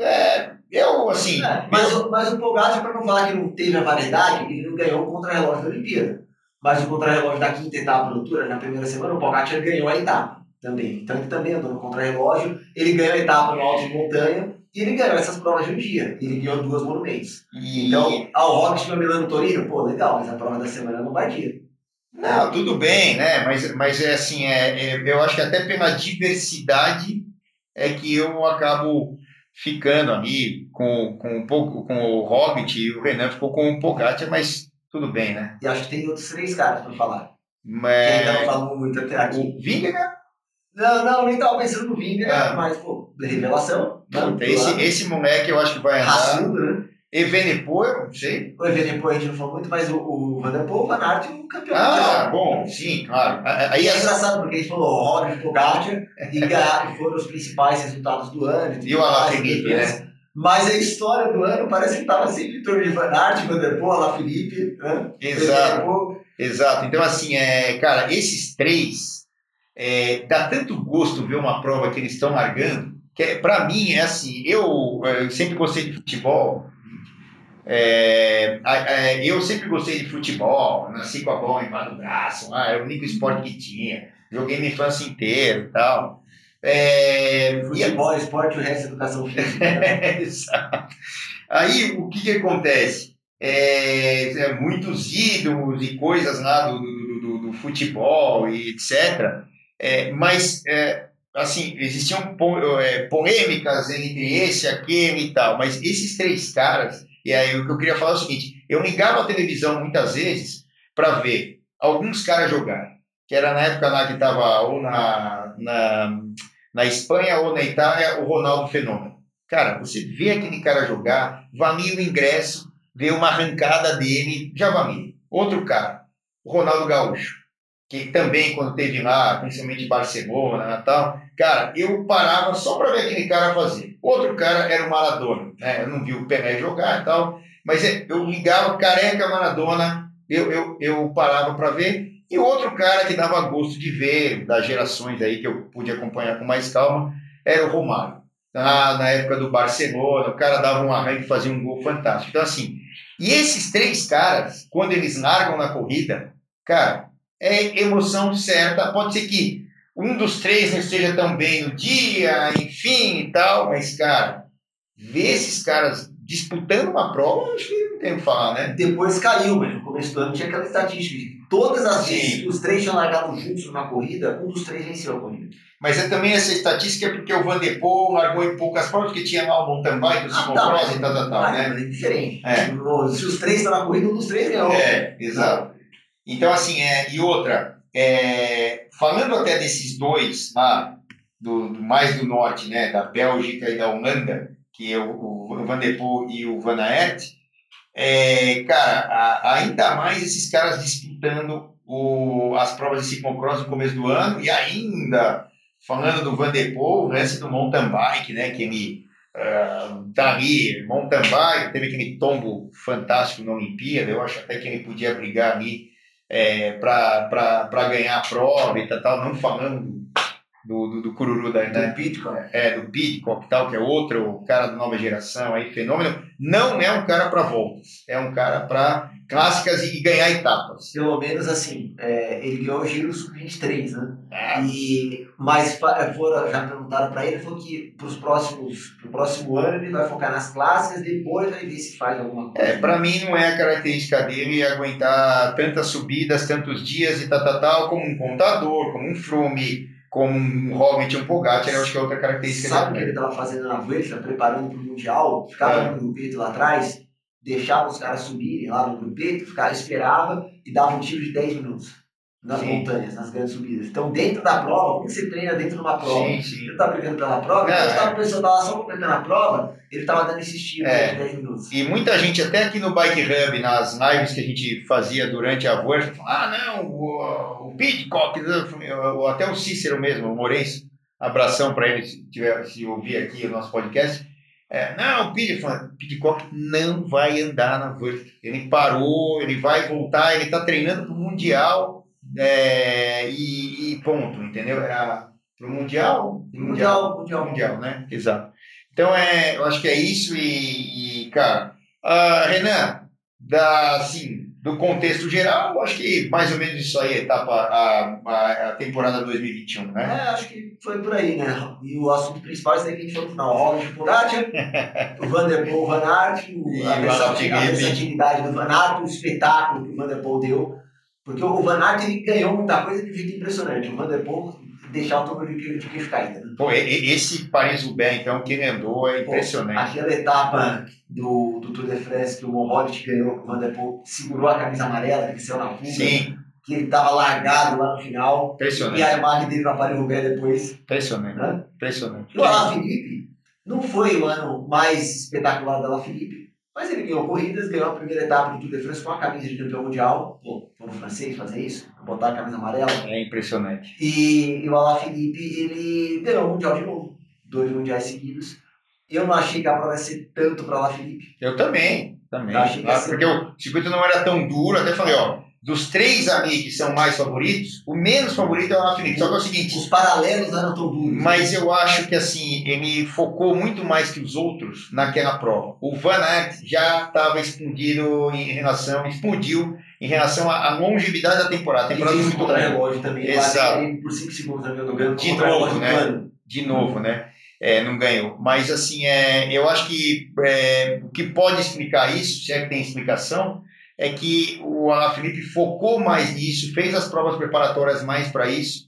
Speaker 1: é, eu, assim...
Speaker 2: É, mas,
Speaker 1: eu...
Speaker 2: o, mas o Pogacar, para não falar que não teve a variedade, ele não ganhou o contra-relógio da Olimpíada. Mas o contra-relógio da quinta etapa do Tour, na primeira semana, o Pogacar ganhou a etapa também. Então ele também andou no contra-relógio, ele ganhou a etapa no alto de montanha, e ele ganhou essas provas de um dia. Ele ganhou duas monumentos.
Speaker 1: E...
Speaker 2: Então, ao Roglic no Milano Torino, pô, legal, mas a prova da semana é Lombardia.
Speaker 1: Não, tudo bem, né? Mas, mas é assim, é, é, eu acho que até pela diversidade é que eu acabo ficando ali com, com, um pouco, com o Roglic, e o Renan ficou com o Pogacar, mas tudo bem, né?
Speaker 2: E acho que tem outros três caras para falar.
Speaker 1: Mas...
Speaker 2: Que ainda não falou muito até aqui.
Speaker 1: O Vingegaard?
Speaker 2: Não, não, nem tava pensando no Vingegaard,
Speaker 1: Ah.
Speaker 2: mas, pô, revelação.
Speaker 1: Puta, esse, esse moleque eu acho que vai andar.
Speaker 2: Raçudo, né?
Speaker 1: Evenepoel, eu não sei.
Speaker 2: O Evenepoel a gente não falou muito, mas o, o Van der Poel, o Van Aert e o campeão
Speaker 1: Ah,
Speaker 2: mundial.
Speaker 1: bom, sim, claro.
Speaker 2: Aí
Speaker 1: Aí
Speaker 2: é
Speaker 1: essa...
Speaker 2: engraçado, porque a gente falou o Roglic e o Pogacar e ganharam, foram os principais resultados do ano.
Speaker 1: E o Alaphilippe, né?
Speaker 2: Mas a história do ano parece que estava sempre em torno de Van Aert, Van der Poel, Alaphilippe, né?
Speaker 1: Exato, exato. Então, assim, é, cara, esses três, é, dá tanto gosto ver uma prova que eles estão largando, que é, pra mim é assim, eu, eu sempre gostei de futebol, é, é, eu sempre gostei de futebol, nasci com a bola embaixo do braço, ah, era o único esporte que tinha, joguei minha infância inteira e tal. É,
Speaker 2: Futebol, e... esporte, o resto é educação física. Né?
Speaker 1: Exato. Aí, o que, que acontece? É, é, muitos ídolos e coisas lá do, do, do, do futebol e etcétera. É, mas é, assim, existiam polêmicas entre esse, aquele e tal, mas esses três caras, e aí o que eu queria falar é o seguinte, eu ligava a televisão muitas vezes para ver alguns caras jogar, que era na época lá que estava ou na, na, na Espanha ou na Itália, o Ronaldo Fenômeno. Cara, você vê aquele cara jogar, valia o ingresso, vê uma arrancada dele, já valia. Outro cara, o Ronaldo Gaúcho, que também quando teve lá, principalmente em Barcelona, Natal, cara, eu parava só para ver aquele cara fazer. Outro cara era o Maradona, né? Eu não vi o Pelé jogar e tal, mas eu ligava Careca, Maradona, eu, eu, eu parava para ver. E outro cara que dava gosto de ver, das gerações aí que eu pude acompanhar com mais calma, era o Romário. Na, na época do Barcelona, o cara dava um arranque e fazia um gol fantástico. Então, assim, e esses três caras, quando eles largam na corrida, cara, é emoção certa. Pode ser que um dos três não esteja tão bem no dia, enfim e tal, mas, cara, ver esses caras disputando uma prova, acho que não tem o que falar, né?
Speaker 2: Depois caiu, mas no começo do ano tinha aquela estatística de que todas as
Speaker 1: Sim.
Speaker 2: vezes que os três tinham largado juntos numa corrida, um dos três venceu a corrida.
Speaker 1: Mas é também essa estatística é porque o Van der Poel largou em poucas provas, porque tinha lá o mountain bike, o ciclocross e tal, tal, tal, né?
Speaker 2: É diferente.
Speaker 1: É.
Speaker 2: Se os três estão na corrida, um dos três ganhou.
Speaker 1: É, exato. Então, assim, é, e outra, é, falando até desses dois lá, do, do, mais do norte, né, da Bélgica e da Holanda, que é o, o Van der Poel e o Van Aert, é, cara, a, ainda mais esses caras disputando o, as provas de ciclocross no começo do ano, e ainda, falando do Van der Poel, o lance do mountain bike, né, que ele uh, tá ali, mountain bike, teve aquele tombo fantástico na Olimpíada, eu acho até que ele podia brigar ali é, para ganhar a prova e tal, tal, não falando do, do, do cururu da,
Speaker 2: do Pidcock,
Speaker 1: é, do Pidcock, tal, que é outro cara da nova geração, aí, fenômeno, não é um cara para voltas, é um cara para clássicas e, e ganhar etapas.
Speaker 2: Pelo menos assim, é, ele ganhou o Giro sub vinte e três, né? É. E, mas foram, já perguntaram para ele, ele falou que para os próximos, pro próximo ano ele vai focar nas clássicas, depois vai ver se faz alguma coisa.
Speaker 1: É, para mim não é a característica dele aguentar tantas subidas, tantos dias e tal, tal, tal, como um Contador, como um Froome, como um Roglic, um Pogacar, eu acho que é outra característica.
Speaker 2: Sabe o que ele estava fazendo na Vuelta, preparando para o Mundial? Ficava é. no grupeto lá atrás, deixava os caras subirem lá no grupeto, ficava, esperava e dava um tiro de dez minutos nas sim. montanhas, nas grandes subidas. Então, dentro da prova, como você treina dentro de uma prova? Sim, sim. Ele estava brigando pela prova, então é. estava pensando, estava só completando a prova, ele estava dando esse tiro é. de dez minutos.
Speaker 1: E muita gente, até aqui no Bike Hub, nas lives que a gente fazia durante a Vuelta, falava, ah, não, o, o Pidcock, até o Cícero mesmo, o Morense, abração para ele, se, tiver, se ouvir aqui o nosso podcast. É, não, o Pidcock não vai andar na Vuelta. Ele parou, ele vai voltar, ele está treinando para o Mundial é, e, e ponto, entendeu? Para o Mundial,
Speaker 2: mundial, mundial,
Speaker 1: mundial, né? Exato. Então, é, eu acho que é isso e, e cara, uh, Renan, da, assim, do contexto geral, eu acho que mais ou menos isso aí, a etapa, a, a, a temporada dois mil e vinte e um, né?
Speaker 2: É, acho que foi por aí, né? E o assunto principal é que a gente falou no final, o Roglic, Pogacar, o Van der Poel, o Van Aert, o, a, a versatilidade do Van Aert, o espetáculo que o Van der Poel deu, porque o Van Aert ele ganhou muita coisa de jeito impressionante, o Van der Poel deixar o topo de, de queixo caído. Né?
Speaker 1: Pô, esse Paris-Roubaix, então, que ele andou é impressionante.
Speaker 2: Pô, aquela etapa do, do Tour de France que o Mohoric ganhou, que o Van der Poel segurou a camisa amarela, que saiu na fuga.
Speaker 1: Sim.
Speaker 2: Que ele estava largado lá no final.
Speaker 1: Impressionante.
Speaker 2: E a imagem dele no Paris-Roubaix depois.
Speaker 1: Impressionante. Né? Impressionante.
Speaker 2: E o Alaphilippe não foi o ano mais espetacular do Alaphilippe, mas ele ganhou corridas, ganhou a primeira etapa do Tour de France com a camisa de campeão mundial. Pô, foi um francês fazer isso? Botar a camisa amarela.
Speaker 1: É impressionante.
Speaker 2: E, e o Alaphilippe, ele ganhou o Mundial de novo. Dois mundiais seguidos. Eu não achei que a prova ia ser tanto para o Alaphilippe.
Speaker 1: Eu também. também.
Speaker 2: Eu achei que
Speaker 1: ah, porque o circuito não era tão duro. Até falei, ó, dos três ali que são mais favoritos, o menos favorito é o Alaphilippe. Só que é o seguinte...
Speaker 2: Os paralelos não eram tão duros.
Speaker 1: Mas eu acho que, assim, ele focou muito mais que os outros naquela prova. O Van Aert já estava explodido em relação... Explodiu em relação à longevidade da temporada. A temporada
Speaker 2: e fez muito relógio também.
Speaker 1: Exato.
Speaker 2: Por cinco segundos também do ganho.
Speaker 1: De novo, né? De novo, né? É, não ganhou. Mas, assim, é, eu acho que é, o que pode explicar isso, se é que tem explicação, é que o Alaphilippe focou mais nisso, fez as provas preparatórias mais para isso,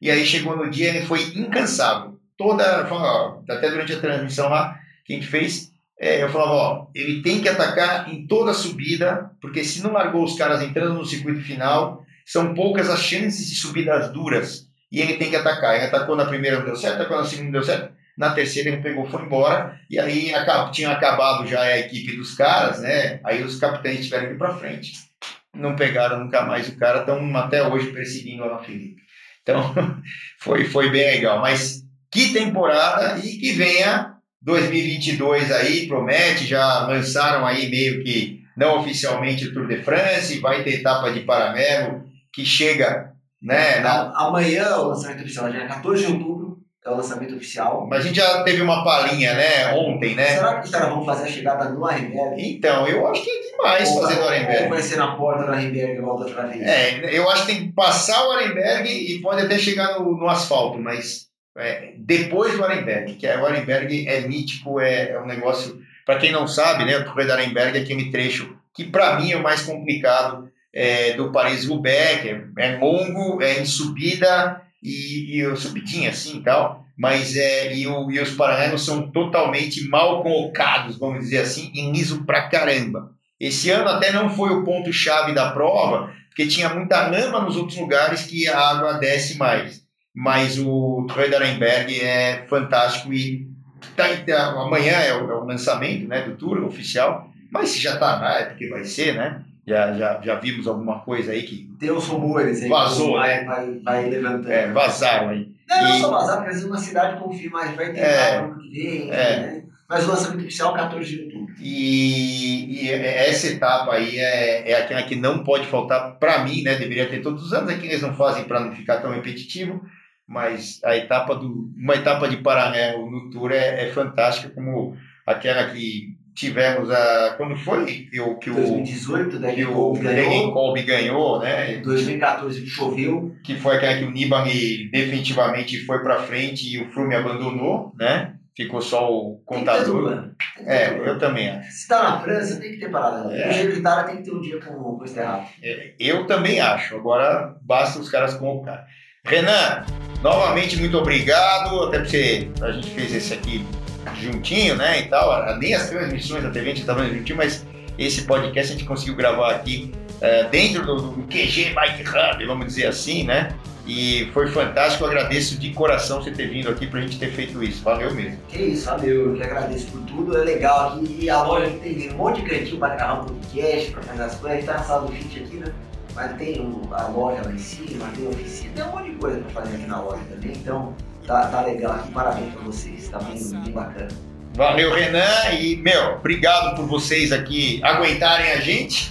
Speaker 1: E aí chegou no dia, ele foi incansável. Toda, até durante a transmissão lá que a gente fez, é, eu falava, ó, ele tem que atacar em toda a subida, porque se não largou os caras entrando no circuito final, são poucas as chances de subidas duras, e ele tem que atacar. Ele atacou na primeira, não deu certo, atacou na segunda, não deu certo, na terceira ele pegou, foi embora, e aí acabou, tinha acabado já a equipe dos caras, né? Aí os capitães tiveram que ir para frente. Não pegaram nunca mais o cara, estão até hoje perseguindo o Alaphilippe. Então, foi, foi bem legal. Mas que temporada, e que venha dois mil e vinte e dois aí, promete, já lançaram aí meio que não oficialmente o Tour de France, vai ter etapa de Paramelo, que chega, né? Na...
Speaker 2: Amanhã o lançamento oficial, dia quatorze de outubro, é o lançamento oficial.
Speaker 1: Mas a gente já teve uma palhinha, né, ontem, né?
Speaker 2: Será que os caras vão fazer a chegada no Arenberg?
Speaker 1: Então, eu acho que é demais ou fazer no Arenberg.
Speaker 2: Ou vai ser na porta do Arenberg igual da outra vez?
Speaker 1: É, eu acho que tem que passar o Arenberg e pode até chegar no, no asfalto, mas é, depois do Arenberg, que é, o Arenberg é mítico, é, é um negócio... Para quem não sabe, né, o Tour de Arenberg é aquele trecho que para mim é o mais complicado é, do Paris-Roubaix, é, é longo, é em subida e, e subidinha assim e tal, mas é, e, o, e os paralelos são totalmente mal colocados, vamos dizer assim, e liso pra caramba. Esse ano até não foi o ponto-chave da prova, porque tinha muita lama nos outros lugares que a água desce mais, mas o Tour de Arenberg é fantástico e tá, então, amanhã é o, é o lançamento, né, do Tour oficial, mas se já está na época que vai ser, né? Já, já, já vimos alguma coisa aí que...
Speaker 2: Tem os rumores aí.
Speaker 1: Vazou,
Speaker 2: vai,
Speaker 1: né?
Speaker 2: Vai, vai levantando.
Speaker 1: É, vazaram aí.
Speaker 2: Não, não
Speaker 1: e...
Speaker 2: só vazar, porque às vezes uma cidade confirma, mas vai ter
Speaker 1: é,
Speaker 2: no ano que vem,
Speaker 1: é.
Speaker 2: né? Mas o lançamento oficial é quatorze de outubro.
Speaker 1: E, e essa etapa aí é, é aquela que não pode faltar para mim, né? Deveria ter todos os anos, é que eles não fazem para não ficar tão repetitivo, mas a etapa do, uma etapa de Paranel no Tour é, é fantástica, como aquela que tivemos a, quando foi que o que
Speaker 2: dois mil e dezoito, né,
Speaker 1: que o Degenkolb ganhou, né?
Speaker 2: dois mil e quatorze que choveu,
Speaker 1: que foi aquela que o Nibali definitivamente foi para frente e o Froome abandonou, né? Ficou só o contador. É, eu também acho.
Speaker 2: Se está na França, tem que ter parada.
Speaker 1: É.
Speaker 2: O jeito de Itália tem que ter um dia com o Esterrato.
Speaker 1: Eu também acho. Agora basta os caras colocar. Renan, novamente muito obrigado. Até porque a gente fez esse aqui juntinho, né, e tal. Nem as transmissões da T V a gente estava juntinho, mas esse podcast a gente conseguiu gravar aqui uh, dentro do, do Q G Bike Hub, vamos dizer assim, né? E foi fantástico. Eu agradeço de coração você ter vindo aqui pra gente ter feito isso. Valeu mesmo.
Speaker 2: Que isso, valeu. Eu que agradeço por tudo. É legal aqui. E a loja aqui tem um monte de cantinho para gravar um podcast, para fazer as coisas. A gente tá na sala do Fit aqui, né? Mas tem a loja lá em cima, tem a oficina, tem um monte de coisa pra fazer aqui na loja também. Então tá, tá legal aqui. Parabéns pra vocês. Tá bem, bem bacana.
Speaker 1: Valeu, Renan. E, meu, obrigado por vocês aqui aguentarem a gente.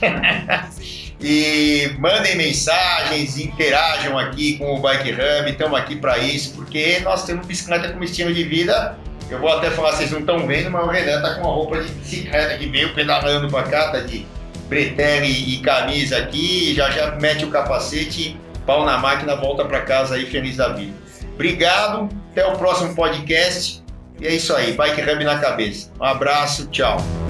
Speaker 1: E mandem mensagens, interajam aqui com o Bike Hub, estamos aqui para isso, porque nós temos bicicleta como estilo de vida. Eu vou até falar, vocês não estão vendo, mas o Renan tá com uma roupa de bicicleta que veio pedalando para cá, tá de bretelle e camisa aqui, já já mete o capacete, pau na máquina, volta para casa aí feliz da vida. Obrigado, até o próximo podcast, e é isso aí, Bike Hub na cabeça. Um abraço, tchau.